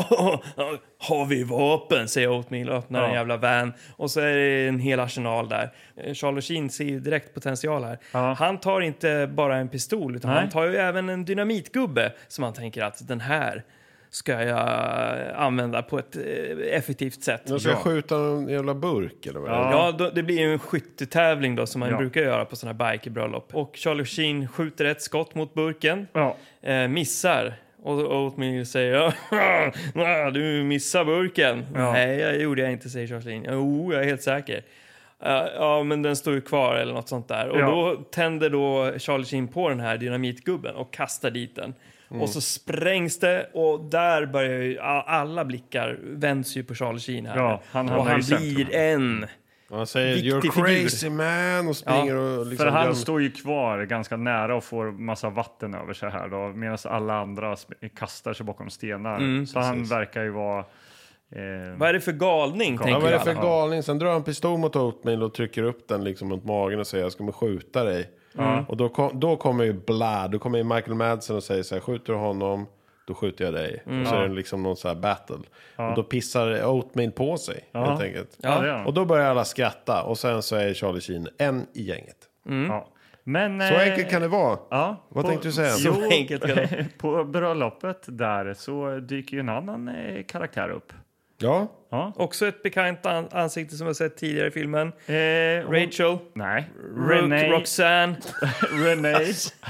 Har vi vapen? Säger Oatmeal och öppnar en jävla van. Och så är det en hel arsenal där. Charlie Sheen ser ju direkt potential här. Han tar inte bara en pistol utan han tar ju även en dynamitgubbe som han tänker att den här ska jag använda på ett effektivt sätt. Jag ska skjuta en jävla burk eller vad? Ja, det blir en skyttetävling då som man brukar göra på sådana här bikerbröllop. Och Charlie Sheen skjuter ett skott mot burken. Missar. Och Oatmeal säger du missar burken. Nej, jag gjorde jag inte, säger Charlie Sheen. Jo, jag är helt säker. Ja, men den står ju kvar eller något sånt där. Och då tänder då Charlie Sheen på den här dynamitgubben och kastar dit den. Och så sprängs det och där börjar ju alla blickar vänds ju på Charlie Sheen här. Han blir en han säger you're crazy man och springer och liksom för han står ju kvar ganska nära och får massa vatten över sig här då, medan alla andra kastar sig bakom stenar. Så han verkar ju vara vad är det för galning? Vad är det för galning? Sen drar han pistol mot Oatmeal och trycker upp den liksom mot magen och säger jag ska skjuta dig. Och då kommer ju då kommer ju Michael Madsen och säger så här, skjuter du honom då skjuter jag dig. Och så är det liksom någon så här battle. Och då pissar Oatmeal på sig helt enkelt. Och då börjar alla skratta och sen så är Charlie Sheen en i gänget. Men, så enkelt kan det vara. Vad tänkte du säga? Så enkelt kan det. På bröllopet där så dyker ju en annan karaktär upp. Ja. Också ett bekant ansikte som jag sett tidigare i filmen. Rachel. Nej. Roxanne. Renee.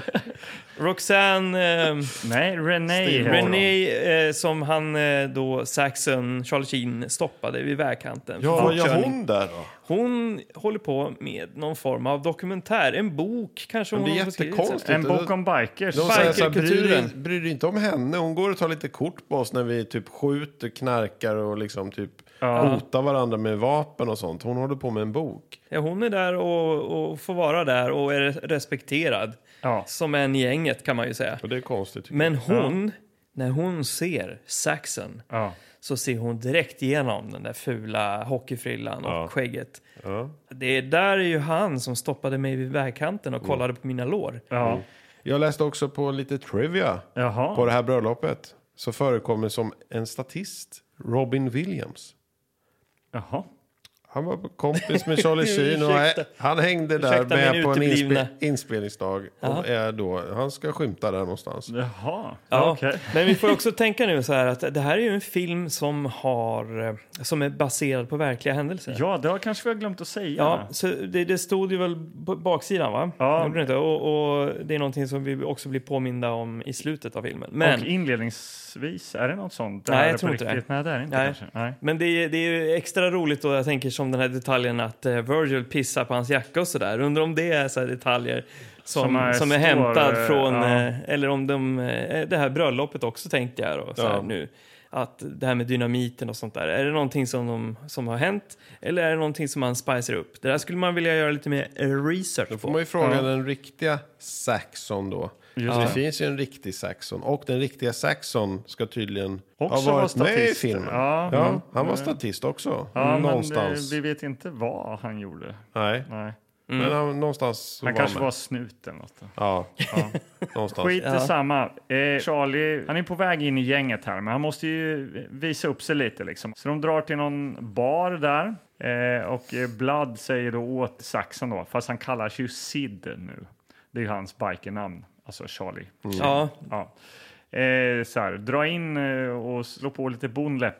Roxanne. Nej, Renee. Renee som han då Saxon, Charlie Sheen stoppade vid vägkanten. Ja, vad gör hon där då? Hon håller på med någon form av dokumentär. En bok kanske. Men det är jättekonstigt. En bok om bikers. Bikerkulturen. Bryr dig inte om henne. Hon går och tar lite kort på oss när vi typ skjuter, knarkar och liksom typ hotar varandra med vapen och sånt. Hon håller på med en bok. Ja, hon är där och får vara där och är respekterad. Som en i gänget kan man ju säga. Och det är konstigt. Men hon, när hon ser Saxon så ser hon direkt igenom den där fula hockeyfrillan och skägget. Det där är ju han som stoppade mig vid vägkanten och kollade på mina lår. Jag läste också på lite trivia på det här bröllopet. Så förekommer som en statist Robin Williams. Han var kompis med Charlie Sheen och han hängde där med på en inspelningsdag. Och är då, han ska skymta där någonstans. Okay. Men vi får också tänka nu så här att det här är ju en film som är baserad på verkliga händelser. Ja, det har kanske vi glömt att säga. Ja, så det stod ju väl på baksidan, va? Ja. Och det är någonting som vi också blir påminda om i slutet av filmen. Men, och inledningsvis, är det något sånt? Nej, jag tror inte det. Nej, det är inte kanske. Nej. Men det är ju extra roligt då, jag tänker som den här detaljen att Virgil pissar på hans jacka och sådär. Undrar om det är så här detaljer som är hämtad från, eller om det här bröllopet också tänkte jag då, så här nu. Att det här med dynamiten och sånt där. Är det någonting som har hänt? Eller är det någonting som man spicer upp? Det där skulle man vilja göra lite mer research på. Då får man ju fråga den riktiga Saxon då. Det finns ju en riktig Saxon. Och den riktiga Saxon ska tydligen också ha varit med i filmen. Han var statist också. Någonstans. Men vi vet inte vad han gjorde. Nej. Men någonstans han kanske var snuten. Ja. Någonstans. Skit detsamma. Charlie, han är på väg in i gänget här, men han måste ju visa upp sig lite liksom. Så de drar till någon bar där. Och Blood säger då åt Saxon då, fast han kallar sig ju Sid nu. Det är ju hans bikernamn, alltså Charlie. Ja. Så här, dra in och slå på lite bondläppar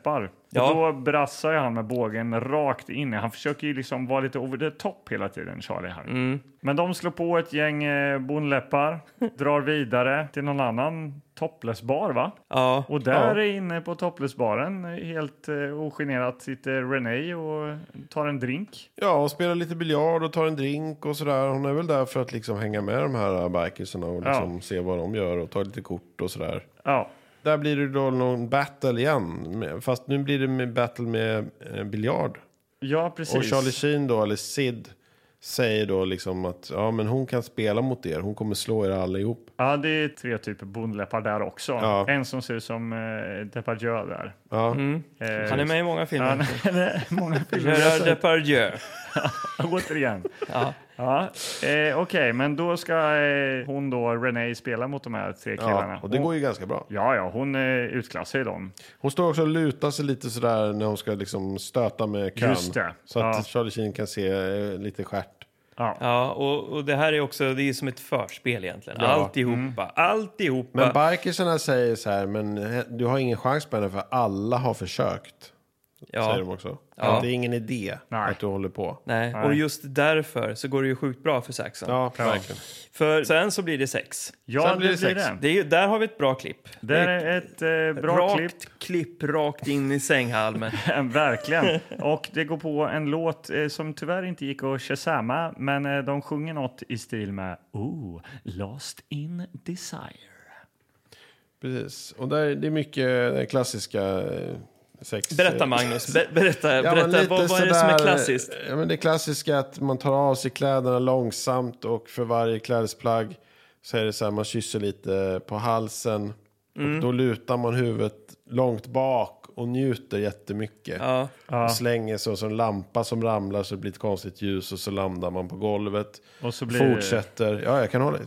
Ja. Och då brassar han med bågen rakt in. Han försöker ju liksom vara lite over the top hela tiden, Charlie här. Men de slår på ett gäng bonläppar, drar vidare till någon annan topless-bar, va? Ja. Och där är inne på topless-baren helt ogenerat sitter Renee och tar en drink. Ja, och spelar lite biljard och tar en drink och sådär. Hon är väl där för att liksom hänga med de här bikersarna och liksom se vad de gör och ta lite kort och sådär. Ja. Där blir det då någon battle igen. Fast nu blir det med battle med biljard. Ja, precis. Och Charlie Sheen då, eller Sid, säger då liksom att men hon kan spela mot er. Hon kommer slå er allihop. Ja, det är 3 typer bondläppar där också. Ja. En som ser ut som Depardieu där. Ja. Han är med i många filmer. Många filmer. Gerard Depardieu. Återigen. Ja. Okej, men då ska hon då, Renee, spela mot de här 3 killarna. Ja, och det går ju ganska bra. Ja, hon utklassar ju dem. Hon står också och lutar sig lite sådär när hon ska liksom stöta med kön. Just det. Så att Charlie Sheen kan se lite stjärt. Ja, och det här är också, det är som ett förspel egentligen. Ja. Alltihopa. Men bikersarna säger så här, men du har ingen chans på henne för alla har försökt. Säger de också. Ja. Det är ingen idé att du håller på. Nej, och just därför så går det ju sjukt bra för Saxon. Ja, verkligen. För sen så blir det sex. Ja, sen blir det sex. Det är ju, där har vi ett bra klipp. Det är ett bra klipp rakt in i sänghalmen. Verkligen. Och det går på en låt som tyvärr inte gick att shazama, men de sjunger något i stil med Lost in Desire. Precis. Och där, det är mycket klassiska sex. Berätta, Magnus. Berätta vad är det som är klassiskt? Ja, men det klassiska är att man tar av sig kläderna långsamt och för varje klädesplagg så är det så här, man kysser lite på halsen och då lutar man huvudet långt bak och njuter jättemycket. Och slänger så som en lampa som ramlar så det blir ett konstigt ljus och så landar man på golvet. Och så blir fortsätter. Ja, jag kan hålla.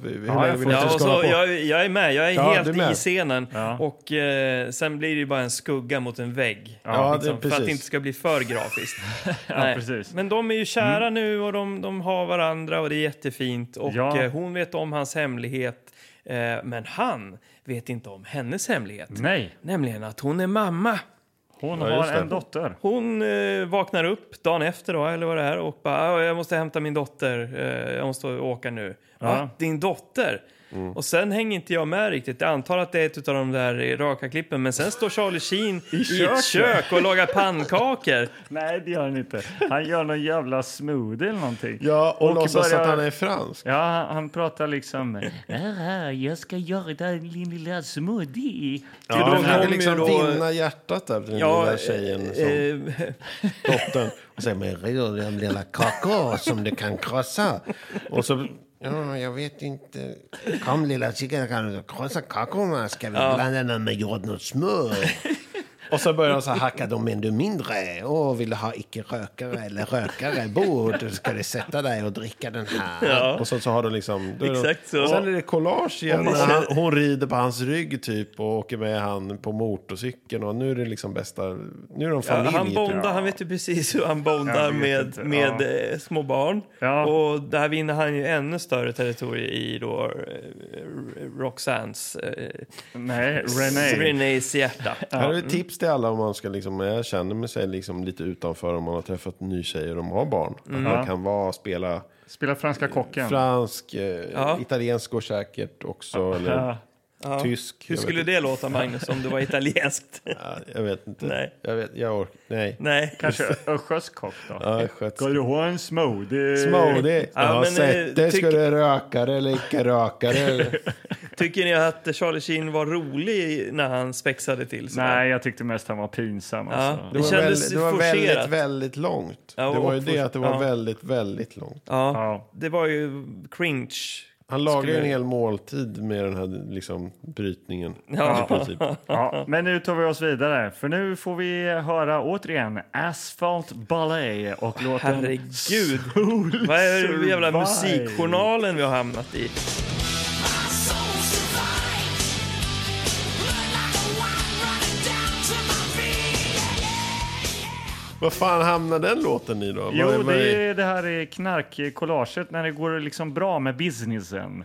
Jag är med. Jag är helt i scenen. Och sen blir det ju bara en skugga mot en vägg. Liksom, för att det inte ska bli för grafiskt. Precis. Men de är ju kära nu och de har varandra och det är jättefint. Och hon vet om hans hemlighet. Men han vet inte om hennes hemlighet. Nej. Nämligen att hon är mamma. Hon har en dotter. Hon vaknar upp dagen efter då, eller vad det är, och bara, jag måste hämta min dotter. Jag måste åka nu. Va? Din dotter? Och sen hänger inte jag med riktigt. Jag antar att det är ett av de där raka klippen. Men sen står Charlie Sheen i ett kök och lagar pannkakor. Nej, det gör han inte. Han gör någon jävla smoothie eller någonting. Ja, och låtsas att han är fransk. Ja, han pratar liksom jag ska göra den lilla smoothie. Ja, han kan liksom vinna hjärtat där den lilla tjejen som dottern. Och säger, men rör den lilla kakor som du kan krossa. Och så... Ja, jag vet inte. Kom lilla chicken, kan du krossa kakorna? Ska vi blanda den med jorden och smör? Och så börjar de så hacka dem ännu mindre. Vill du ha icke-rökare eller rökare bord? Ska du sätta dig och dricka den här? Ja. Och så har de liksom... Exakt så. Sen är det collage igen. Hon rider på hans rygg typ och åker med han på motorcykeln. Och nu är det liksom bästa... Nu är de familj. Han bondar, han vet ju precis hur han bondar med små barn. Ja. Och där vinner han ju ännu större territorium i då Roxannes... Renés hjärta. Här är ett tips till alla om man ska liksom, jag känner mig sig liksom lite utanför om man har träffat en ny tjej och de har barn. Att man kan spela franska kocken. Fransk, italiensk går säkert också. Eller tysk. Hur skulle det låta, Magnus, om det var italienskt? Jag vet inte. Nej. Nej. Kanske östgötskock då. Ja, ska du ha en smoothie? Smoothie. Ska du rökare eller icke rökare? Tycker ni att Charlie Sheen var rolig när han spexade till sig? Nej, jag tyckte mest han var pinsam. Alltså. Det var väldigt, väldigt långt. Det var ju det att det var väldigt, väldigt långt. Ja, det var ju cringe. Han lagade en hel måltid med den här liksom, brytningen. Ja, men nu tar vi oss vidare. För nu får vi höra återigen Asphalt Ballet och låten... Herregud, vad är det jävla musikjournalen vi har hamnat i? Vad fan hamnar den låten i då? Jo, det här är knarkkollaget när det går liksom bra med businessen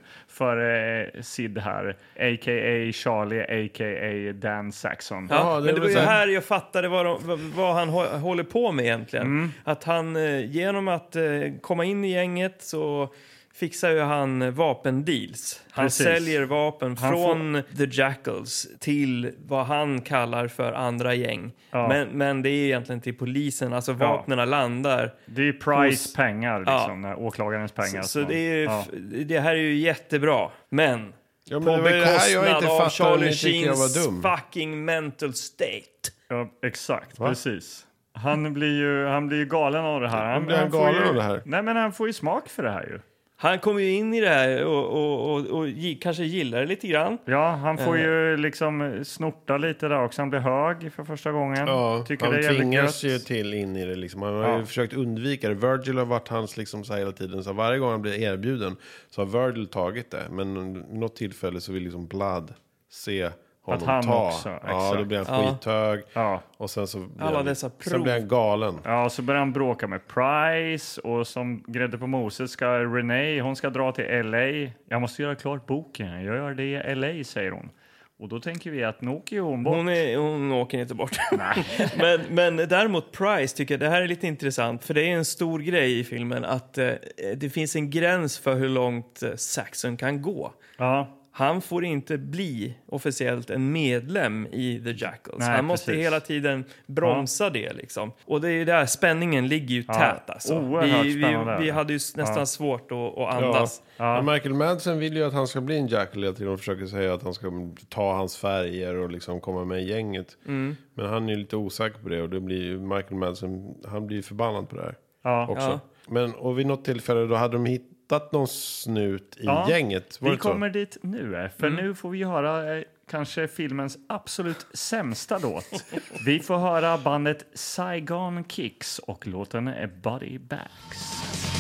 för Sid här, a.k.a. Charlie, a.k.a. Dan Saxon. Ja, men det var ju här jag fattade vad han håller på med egentligen. Att han genom att komma in i gänget så fixar ju han vapendeals. Han säljer vapen från The Jackals till vad han kallar för andra gäng. Ja. Men det är egentligen till polisen. Alltså vapnena landar. Det är Price pengar, liksom, åklagarens pengar. Så det här är ju jättebra. Men på bekostnad av Charlie Sheens fucking mental state. Ja, exakt. Precis. Han blir ju galen av det här. Han blir galen av det här? Nej, men han får ju smak för det här ju. Han kommer ju in i det här och kanske gillar det lite grann. Ja, han får ju liksom snorta lite där också. Han blir hög för första gången. Ja, han tvingas ju till in i det. Liksom. Han har ju försökt undvika det. Virgil har varit hans liksom, så hela tiden. Så varje gång han blir erbjuden så har Virgil tagit det. Men något tillfälle så vill liksom Blood se honom att han ta. Också, ja, då blir han skithög. Ja. Och sen så blir han galen. Ja, så börjar han bråka med Price. Och som grädde på moset ska Renee, hon ska dra till LA. Jag måste göra klart boken. Jag gör det i LA, säger hon. Och då tänker vi att nu åker hon bort. Hon åker inte bort. Nej. men däremot Price tycker jag det här är lite intressant. För det är en stor grej i filmen att det finns en gräns för hur långt Saxon kan gå. Ja. Han får inte bli officiellt en medlem i The Jackals. Nej, han måste hela tiden bromsa det liksom. Och det är där spänningen ligger ju tät alltså. Vi hade ju nästan svårt att andas. Ja. Michael Madsen vill ju att han ska bli en Jackal hela tiden och försöker säga att han ska ta hans färger och liksom komma med i gänget. Men han är ju lite osäker på det och det blir ju Michael Madsen, han blir ju förbannad på det här också. Ja. Men och vid något tillfälle då hade de hittat någon snut i gänget. Vi kommer dit nu, för nu får vi höra kanske filmens absolut sämsta låt. Vi får höra bandet Saigon Kicks och låten är Body Bags.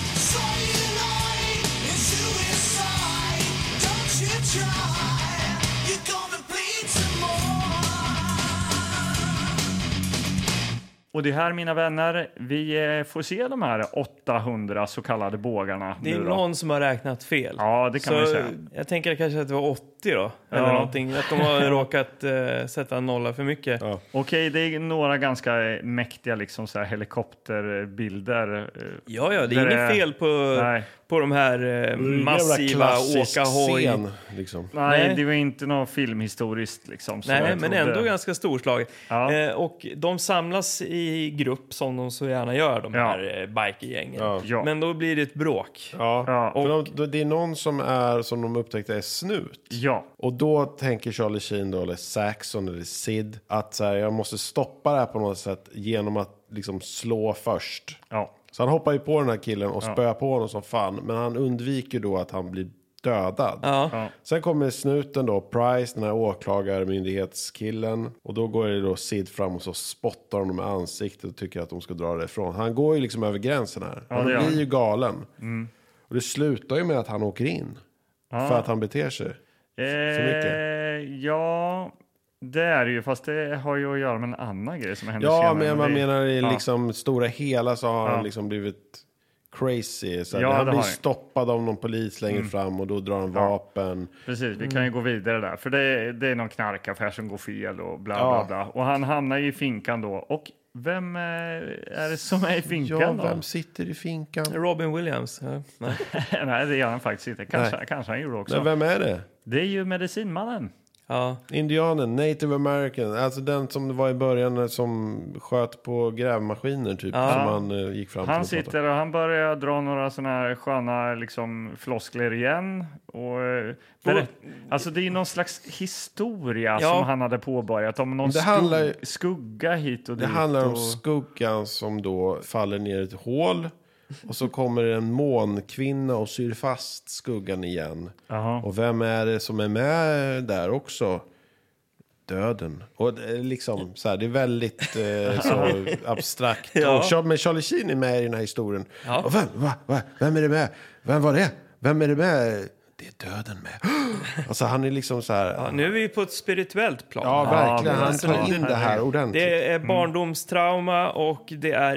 Och det här, mina vänner, vi får se de här 800 så kallade bågarna. Det är någon som har räknat fel. Ja, det kan man säga. Jag tänker kanske att det var 80 då. Eller någonting. Att de har råkat sätta en nolla för mycket. Ja. Okej, det är några ganska mäktiga liksom, så här, helikopterbilder. Ja, det är inget fel på de här massiva åka-hoj. Liksom. Nej, det var inte något filmhistoriskt. Liksom, nej, men ändå ganska storslaget. Ja. Och de samlas i grupp som de så gärna gör, de här bikergängen. Ja. Men då blir det ett bråk. Ja. Och det är någon som de upptäckte är snut. Ja. Och då tänker Charlie Sheen då, eller Saxon eller Sid, att så här, jag måste stoppa det här på något sätt genom att liksom slå först. Ja. Så han hoppar ju på den här killen och spöar på honom som fan. Men han undviker då att han blir dödad. Ja. Sen kommer snuten då, Price, den här åklagarmyndighetskillen. Och då går det då Sid fram och så spottar honom med ansiktet och tycker att de ska dra det ifrån. Han går ju liksom över gränsen här. Han blir ju galen. Och det slutar ju med att han åker in. För att han beter sig för mycket. Ja, det är det ju. Fast det har ju att göra med en annan grej som händer senare. Ja, men man menar i liksom stora hela så har han liksom blivit crazy. Så han blir stoppad av någon polis längre fram och då drar han vapen. Precis, vi kan ju gå vidare där. För det är någon knarkaffär som går fel och bla bla bla. Och han hamnar i finkan då. Och vem är det som är i finkan då? Vem sitter i finkan? Robin Williams. Nej. Nej, det gör han faktiskt inte. Kanske han gjorde också. Men vem är det? Det är ju medicinmannen. Ja. Indianen, Native American. Alltså den som var i början som sköt på grävmaskiner typ. Som han gick fram till. Han sitter och han börjar dra några såna här sköna liksom, floskler igen. Och, alltså det är någon slags historia som han hade påbörjat. Om någon skugga hit och dit. Det handlar om skuggan som då faller ner i ett hål. Och så kommer en månkvinna och syr fast skuggan igen. Och vem är det som är med där också? Döden. Och liksom så här, det är väldigt så abstrakt. Men Charlie Sheen är med i den här historien. Och vem är det med? Vem var det? Vem är det med? Det är döden med. Alltså han är liksom så här... Ja, nu är vi på ett spirituellt plan. Ja, verkligen. Han tar in det här ordentligt. Det är barndomstrauma och det är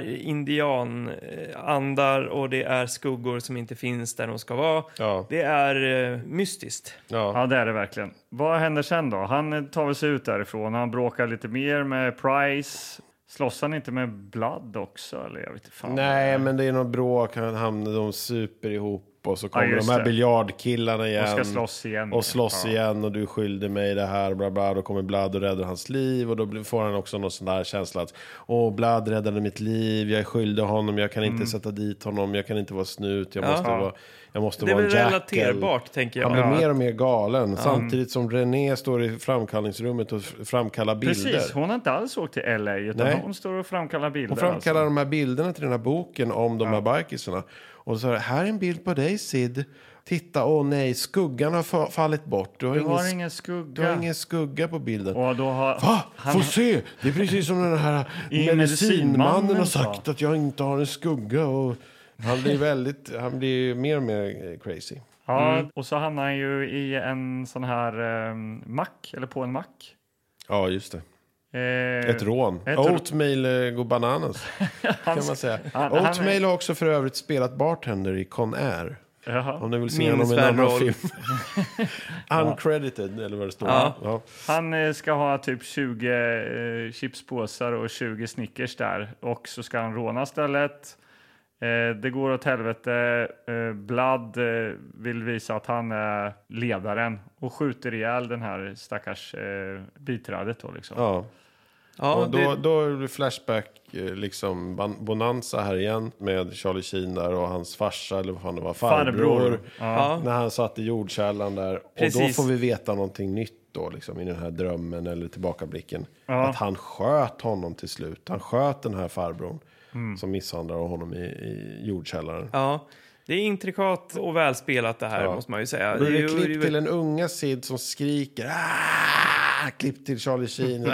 indianandar och det är skuggor som inte finns där de ska vara. Ja. Det är mystiskt. Ja, det är det verkligen. Vad händer sen då? Han tar sig ut därifrån. Han bråkar lite mer med Price. Slåss han inte med Blood också? Eller jag vet inte fan. Nej, men det är något bråk. De super ihop. Och så kommer de här biljardkillarna igen. Och ska slåss igen. Och slåss igen. Och du skyllde mig det här. Bla bla. Då kommer Blood och räddar hans liv. Och då får han också någon sån där känsla att Blood räddade mitt liv. Jag är skyldig honom. Jag kan inte sätta dit honom. Jag kan inte vara snut. Jag måste vara en jackal. Det är väl relaterbart, tänker jag. Han blir mer och mer galen. Samtidigt som René står i framkallningsrummet och framkallar bilder. Precis, hon har inte alls åkt till LA. Utan hon står och framkallar bilder. Hon framkallar de här bilderna till den här boken om de här bikisarna. Och så här är en bild på dig, Sid. Titta, nej, skuggan har fallit bort. Du har ingen skugga. Du har ingen skugga på bilden. Och då har Får se! Det är precis som den här medicinmannen har sagt att jag inte har en skugga. Och han blir mer och mer crazy. Ja, och så hamnar han ju i en sån här mack, eller på en mack. Ja, just det. Ett rån. Oatmeal går bananas, kan man säga. Oatmeal har också för övrigt spelat bartender i Con Air. Jaha. Om ni vill se honom i en annan film. Uncredited, eller vad det står. Ja. Han ska ha typ 20 chipspåsar och 20 Snickers där. Och så ska han råna stället. Det går åt helvete. Blood vill visa att han är ledaren och skjuter ihjäl den här stackars biträdet då liksom. Ja. Ja, och då är det flashback liksom bonanza här igen med Charlie Sheen där och hans farsa eller vad fan det var, farbror. Ja. När han satt i jordkällan där. Precis. Och då får vi veta någonting nytt då liksom i den här drömmen eller tillbakablicken. Att han sköt honom till slut. Han sköt den här farbrorn som misshandlar honom i jordkällaren. Ja. Det är intrikat och välspelat det här, måste man ju säga. Det är klipp till en unga Sid som skriker. Klipp till Charlie Sheen.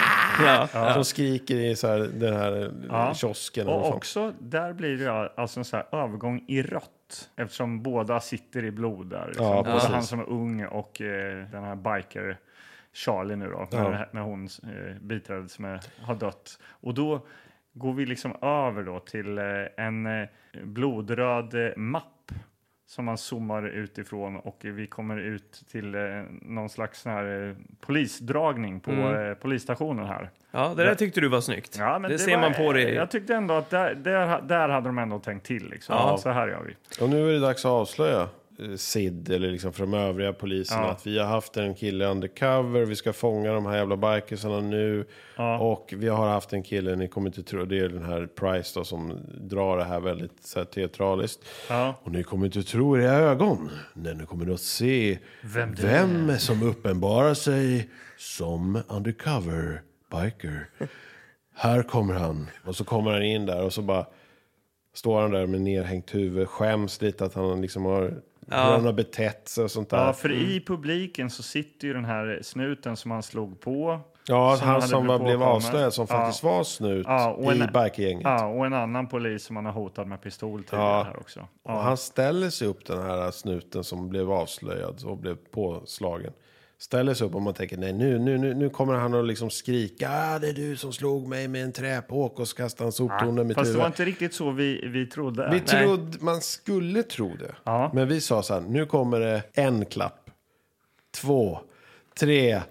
Som skriker i så här, den här kiosken. Och också, där blir det alltså en så här övergång i rött. Eftersom båda sitter i blod där. Liksom. Både han som är ung och den här biker Charlie nu då. Med hon biträdet som har dött. Och då går vi liksom över då till en blodröd mapp som man zoomar utifrån och vi kommer ut till någon slags sån här polisdragning på polisstationen här. Ja, det där tyckte du var snyggt. Ja, men det ser man på det. Jag tyckte ändå att där hade de ändå tänkt till liksom. Ja. Så här gör vi. Och nu är det dags att avslöja Sid eller liksom för de övriga poliserna att vi har haft en kille undercover, vi ska fånga de här jävla bikersarna nu och vi har haft en kille, ni kommer inte tro, det är den här Price då, som drar det här väldigt så här, teatraliskt och ni kommer inte tro era ögon när ni kommer att se vem som uppenbarar sig som undercover biker. Här kommer han, och så kommer han in där och så bara står han där med nerhängt huvud, skäms lite att han liksom har han har betett sig och sånt där. Ja, för i publiken så sitter ju den här snuten som han slog på. Ja, han som blev avslöjad som faktiskt var snut i bikergänget. Ja, och en annan polis som han har hotat med pistol till här också. Ja. Och han ställer sig upp, den här snuten som blev avslöjad och blev påslagen. Ställer sig upp och man tänker, nej nu kommer han att liksom skrika, det är du som slog mig med en träpåk och så kastar han soptornen med fast det var inte riktigt så vi trodde. Man skulle tro det. Ja. Men vi sa så här, nu kommer det en klapp, 2, 3.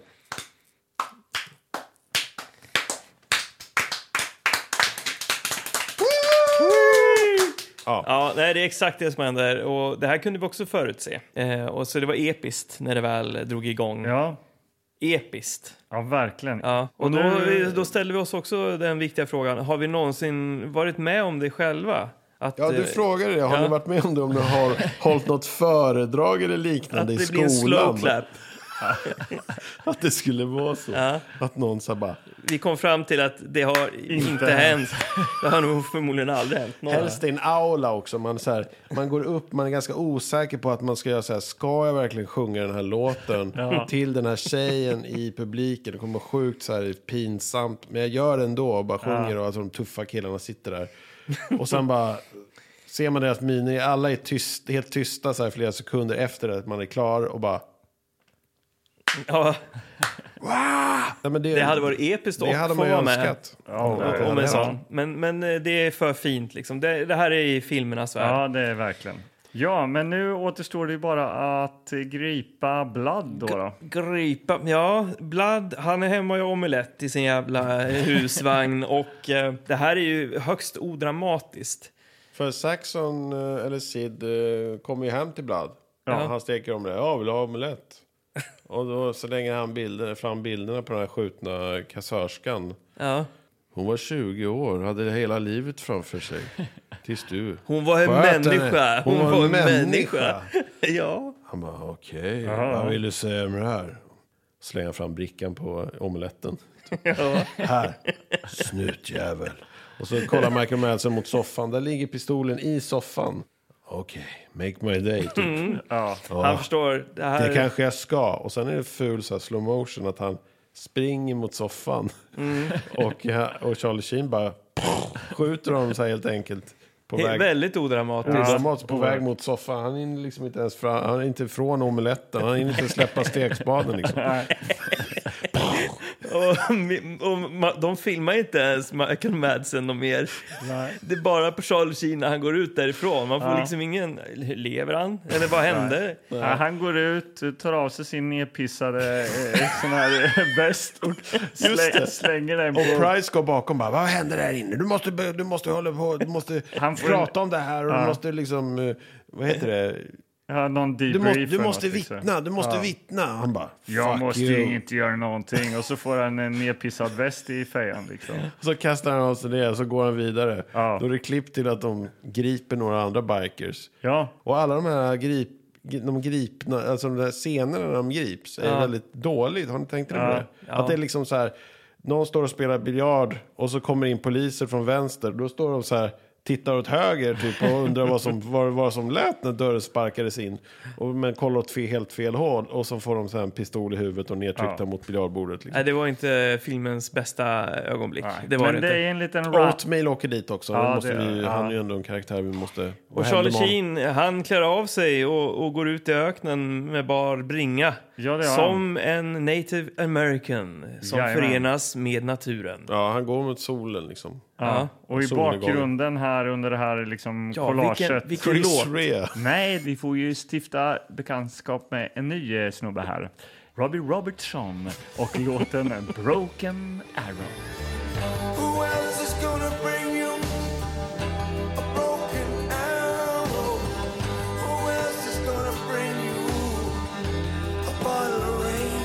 Ja, det är exakt det som händer. Och det här kunde vi också förutse. Och så det var episkt när det väl drog igång. Ja. Episkt. Ja, verkligen. Ja. Och då ställer vi oss också den viktiga frågan. Har vi någonsin varit med om det själva? Du frågade det. Har ni varit med om det? Om du har hållit något föredrag eller liknande i skolan? Att det blir en slow clap. Att det skulle vara så. Att någon sa bara... Vi kom fram till att det har inte hänt. Det har nog förmodligen aldrig hänt. Helst i en aula också. Man går upp, man är ganska osäker på att man ska göra så här. Ska jag verkligen sjunga den här låten till den här tjejen i publiken? Det kommer vara sjukt så här pinsamt. Men jag gör det ändå och bara sjunger och alltså de tuffa killarna sitter där. Och sen bara... Ser man deras miner, alla är helt tysta så här flera sekunder efter att man är klar och bara... Ja. Nej, men det hade varit episkt att få vara med. Om en sån. Men det är för fint liksom. Det här är i filmernas värld. Ja, det är verkligen. Ja, men nu återstår det ju bara att gripa Blood då. Gripa, ja. Blood, han är hemma i omelett i sin jävla husvagn. Och det här är ju högst odramatiskt. För Saxon, eller Sid, kommer ju hem till Blood. Ja. Han steker om det. Ja, vill ha omelett. Och då så lägger han fram bilderna på den här skjutna kassörskan. Ja. Hon var 20 år, hade hela livet framför sig. Tills du. Hon var en människa. Hon var en människa. Ja. Han bara, okej. Vad vill du säga med det här? Slänger fram brickan på omeletten. Ja. Här, snutjävel. Och så kollar Michael Madsen mot soffan. Där ligger pistolen i soffan. Okej, make my day typ. Han förstår det här. Det kanske jag ska. Och sen är det ful så här slow motion att han springer mot soffan. Och Charlie Sheen bara skjuter honom så här helt enkelt. Väldigt odramatiskt. På väg mot soffan. Han är liksom inte ens han är inte från omeletten. Han är inte släppa stekspaden liksom. och de filmar inte ens Michael Madsen och mer. Nej. Det är bara på Charlie Sheen när han går ut därifrån. Man får liksom ingen... Lever han? Eller vad händer? Nej. Han går ut, tar av sig sin nedpissade sån här väst och slänger den på. Och Price går bakom bara, vad händer där inne? Du måste hålla på, du måste prata om det här och du måste liksom, vad heter det? Ja, någon du måste vittna. Han bara, jag måste ju inte göra någonting. Och så får han en nedpissad väst i fejan liksom. Så kastar han av sig det och så går han vidare. Då är det klipp till att de griper några andra bikers. Ja. Och alla de här de gripna, alltså de där scenerna när de grips är väldigt dåligt. Har ni tänkt på det? Att det är liksom så här, någon står och spelar biljard och så kommer in poliser från vänster. Då står de så här, tittar åt höger typ, och undrar vad som lät när dörren sparkades in. Men kollar åt helt fel håll. Och så får de så här en pistol i huvudet och nedtryckta mot biljardbordet. Liksom. Nej, det var inte filmens bästa ögonblick. Det var men det är en liten Oatmeal åker dit också. Han är ju ändå en karaktär vi måste... Och Charlie Sheen, han klär av sig och går ut i öknen med bar bringa. Ja, som en native american som förenas med naturen. Ja, han går mot solen liksom. Ja. Och i bakgrunden här under det här liksom collaget. Vilken låt? Nej, vi får ju stifta bekantskap med en ny snubbe här. Robbie Robertson och låten Broken Arrow. Who else is gonna bring you a broken arrow? Who else is gonna bring you a bottle of rain?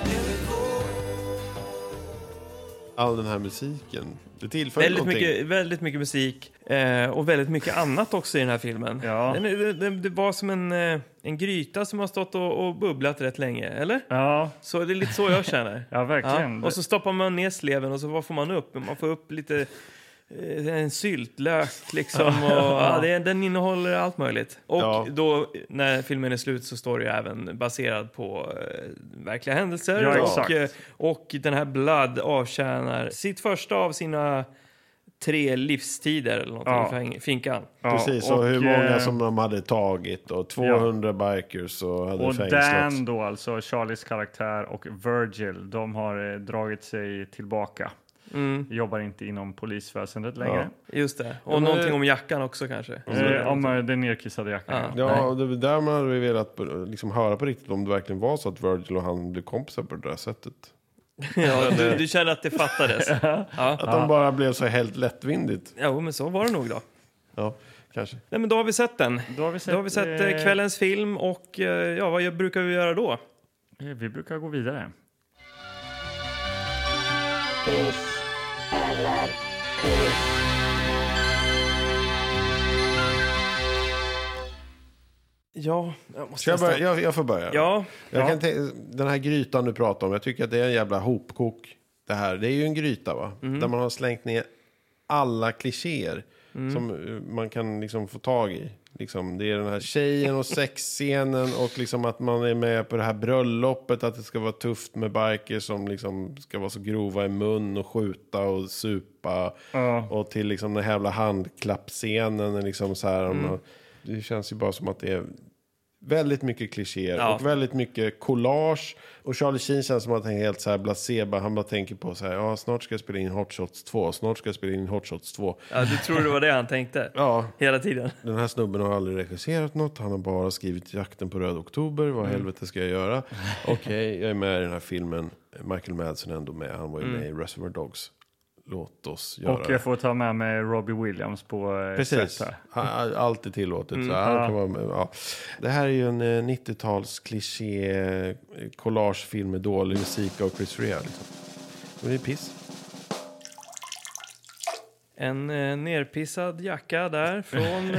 All den här musiken. Det tillför väldigt mycket musik och väldigt mycket annat också i den här filmen. Ja. Det var som en gryta som har stått och bubblat rätt länge, eller? Ja. Så det är lite så jag känner. Ja, verkligen. Ja. Och så stoppar man ner sleven och så vad får man upp? Man får upp lite en syltlök liksom. Och, den innehåller allt möjligt. Och då när filmen är slut så står det ju även baserad på verkliga händelser. Ja, exakt. Och den här Blood avtjänar sitt första av sina 3 livstider eller någonting i finkan. Ja, precis, och hur många som de hade tagit och 200 bikers och hade fängslats. Och Dan då, alltså Charlies karaktär och Virgil, de har dragit sig tillbaka. Jobbar inte inom polisväsendet längre. Ja, just det. Och någonting om jackan också kanske. Om den nedkissade jackan. Ja, och det där man hade velat liksom höra på riktigt om det verkligen var så att Virgil och han blev kompisar på det där sättet. Ja, du känner att det fattades. Att de bara blev så helt lättvindigt. Ja, men så var det nog då. Ja, kanske. Nej, men då har vi sett den. Då har vi sett kvällens film och vad brukar vi göra då? Vi brukar gå vidare. Ja, jag får börja. Ja. Den här grytan du pratar om, jag tycker att det är en jävla hopkok. Det är ju en gryta, va? Där man har slängt ner alla klichéer som man kan liksom få tag i. Liksom, det är den här tjejen och sexscenen och liksom att man är med på det här bröllopet, att det ska vara tufft med bikers som liksom ska vara så grova i mun och skjuta och supa och till liksom den här jävla handklappscenen liksom så här. Det känns ju bara som att det är väldigt mycket klichéer och väldigt mycket collage. Och Charlie Sheen känns som att han är helt så här blasé. Han bara tänker på så här, snart ska jag spela in Hot Shots 2. Snart ska jag spela in Hot Shots 2. Ja, du tror det var det han tänkte? Ja. Hela tiden. Den här snubben har aldrig regisserat något. Han har bara skrivit Jakten på Röd Oktober. Vad helvete ska jag göra? Okej, jag är med i den här filmen. Michael Madsen är ändå med. Han var ju med i Reservoir Dogs. Låt oss göra och jag får ta med mig Robbie Williams på precis. Allt är tillåtet. Så här kan man, Det här är ju en 90-tals kliché collagefilm med dålig musik av Chris Rea. Liksom. Det är piss. En nerpissad jacka där från...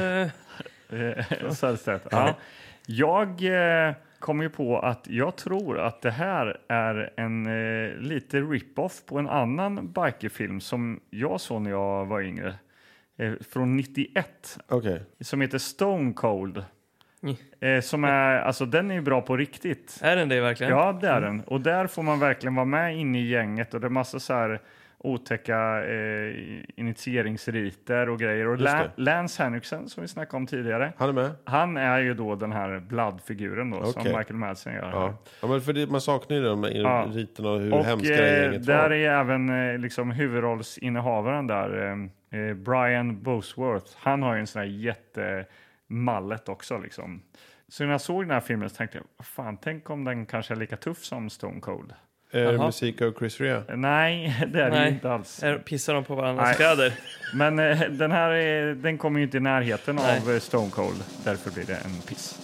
Jag kom ju på att jag tror att det här är en lite rip-off på en annan bikerfilm som jag såg när jag var yngre. Från 91. Okay. Som heter Stone Cold. Som är, alltså den är ju bra på riktigt. Är den det verkligen? Ja, det är den. Och där får man verkligen vara med inne i gänget. Och det är massa så här otäcka initieringsriter och grejer. Och Lance Henriksen som vi snackade om tidigare. Han är med? Han är ju då den här Blood-figuren då, som Michael Madsen gör. Ja, men för det, man saknar ju de riterna och hur hemska gänget där var. Är även liksom huvudrollsinnehavaren där, Brian Bosworth. Han har ju en sån här jättemallet också liksom. Så när jag såg den här filmen så tänkte jag, fan, tänk om den kanske är lika tuff som Stone Cold. Musik av Chris Rea? Nej, det är det inte alls. Pissar de på varandras kläder? Men den kommer ju inte i närheten av Stone Cold. Därför blir det en piss.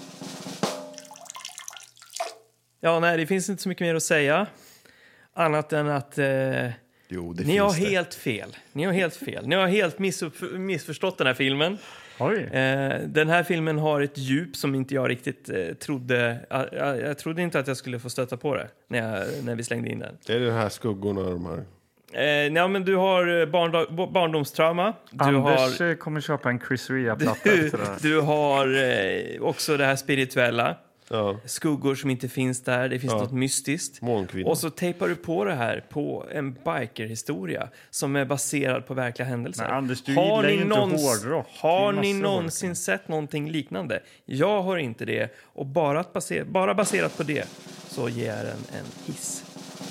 Ja, nej, det finns inte så mycket mer att säga. Annat än att ni har helt fel. Ni har helt missförstått den här filmen. Den här filmen har ett djup som inte jag riktigt trodde. Jag trodde inte att jag skulle få stöta på det när vi slängde in den. Det är de här skuggorna de här. Ja, men du har barndomstrauma. Anders kommer köpa en Chris Rea-platta efter det. Du har också det här spirituella. Skuggor som inte finns där. Det finns något mystiskt. Och så tejpar du på det här på en bikerhistoria som är baserad på verkliga händelser. Men Anders, du gillar ju inte hårdrock. Har ni någonsin sett någonting liknande? Jag har inte det. Och bara baserat på det så ger jag den en hiss.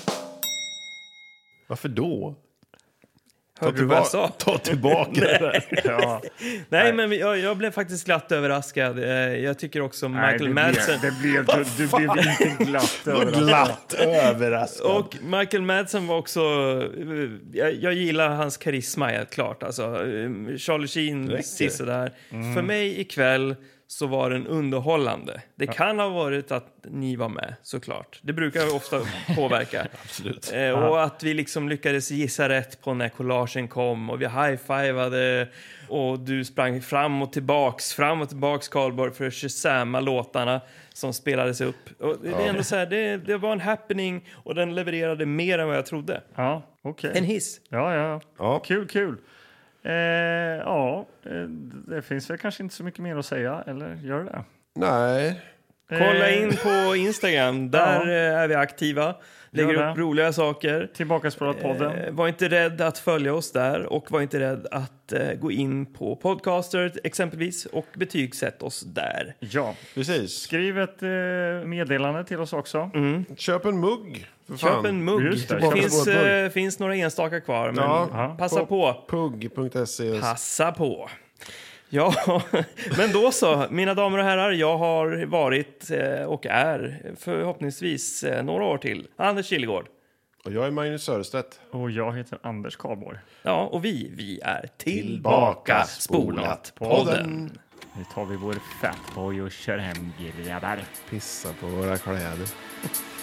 Varför då? Hörde du vad jag sa? Ta tillbaka det. Nej, men jag blev faktiskt glatt överraskad. Jag tycker också Michael Madsen... Du blev inte glatt överraskad. Och Michael Madsen var också... Jag gillar hans karisma helt klart. Alltså, Charlie Sheen, sisådär. För mig ikväll så var den underhållande. Det kan ha varit att ni var med, såklart. Det brukar ofta påverka. Absolut. Och att vi liksom lyckades gissa rätt på när collagen kom. Och vi high-fivade. Och du sprang fram och tillbaks Karlborg, för att shazama låtarna som spelades upp. Och det är ändå så här, det var en happening och den levererade mer än vad jag trodde. Ja, okej. En hiss. Ja. Kul. Det finns väl kanske inte så mycket mer att säga, eller gör det? Nej. Kolla in på Instagram, där är vi aktiva. Lägger upp roliga saker. Tillbakaspolat-podden. Var inte rädd att följa oss där. Och var inte rädd att gå in på Podcaster exempelvis. Och betygsätt oss där. Ja, precis. Skriv ett meddelande till oss också. Köp en mugg. Köp en mugg. Det finns några enstaka kvar. Men passa på. Pugg.se. Passa på. Ja, men då så, mina damer och herrar, jag har varit och är förhoppningsvis några år till Anders Killegård. Och jag är Magnus Sörestedt. Och jag heter Anders Karlborg. Ja, och vi är Tillbaka spolat podden. Nu tar vi vår fatboy och kör hem, grabbar. Pissa på våra kläder.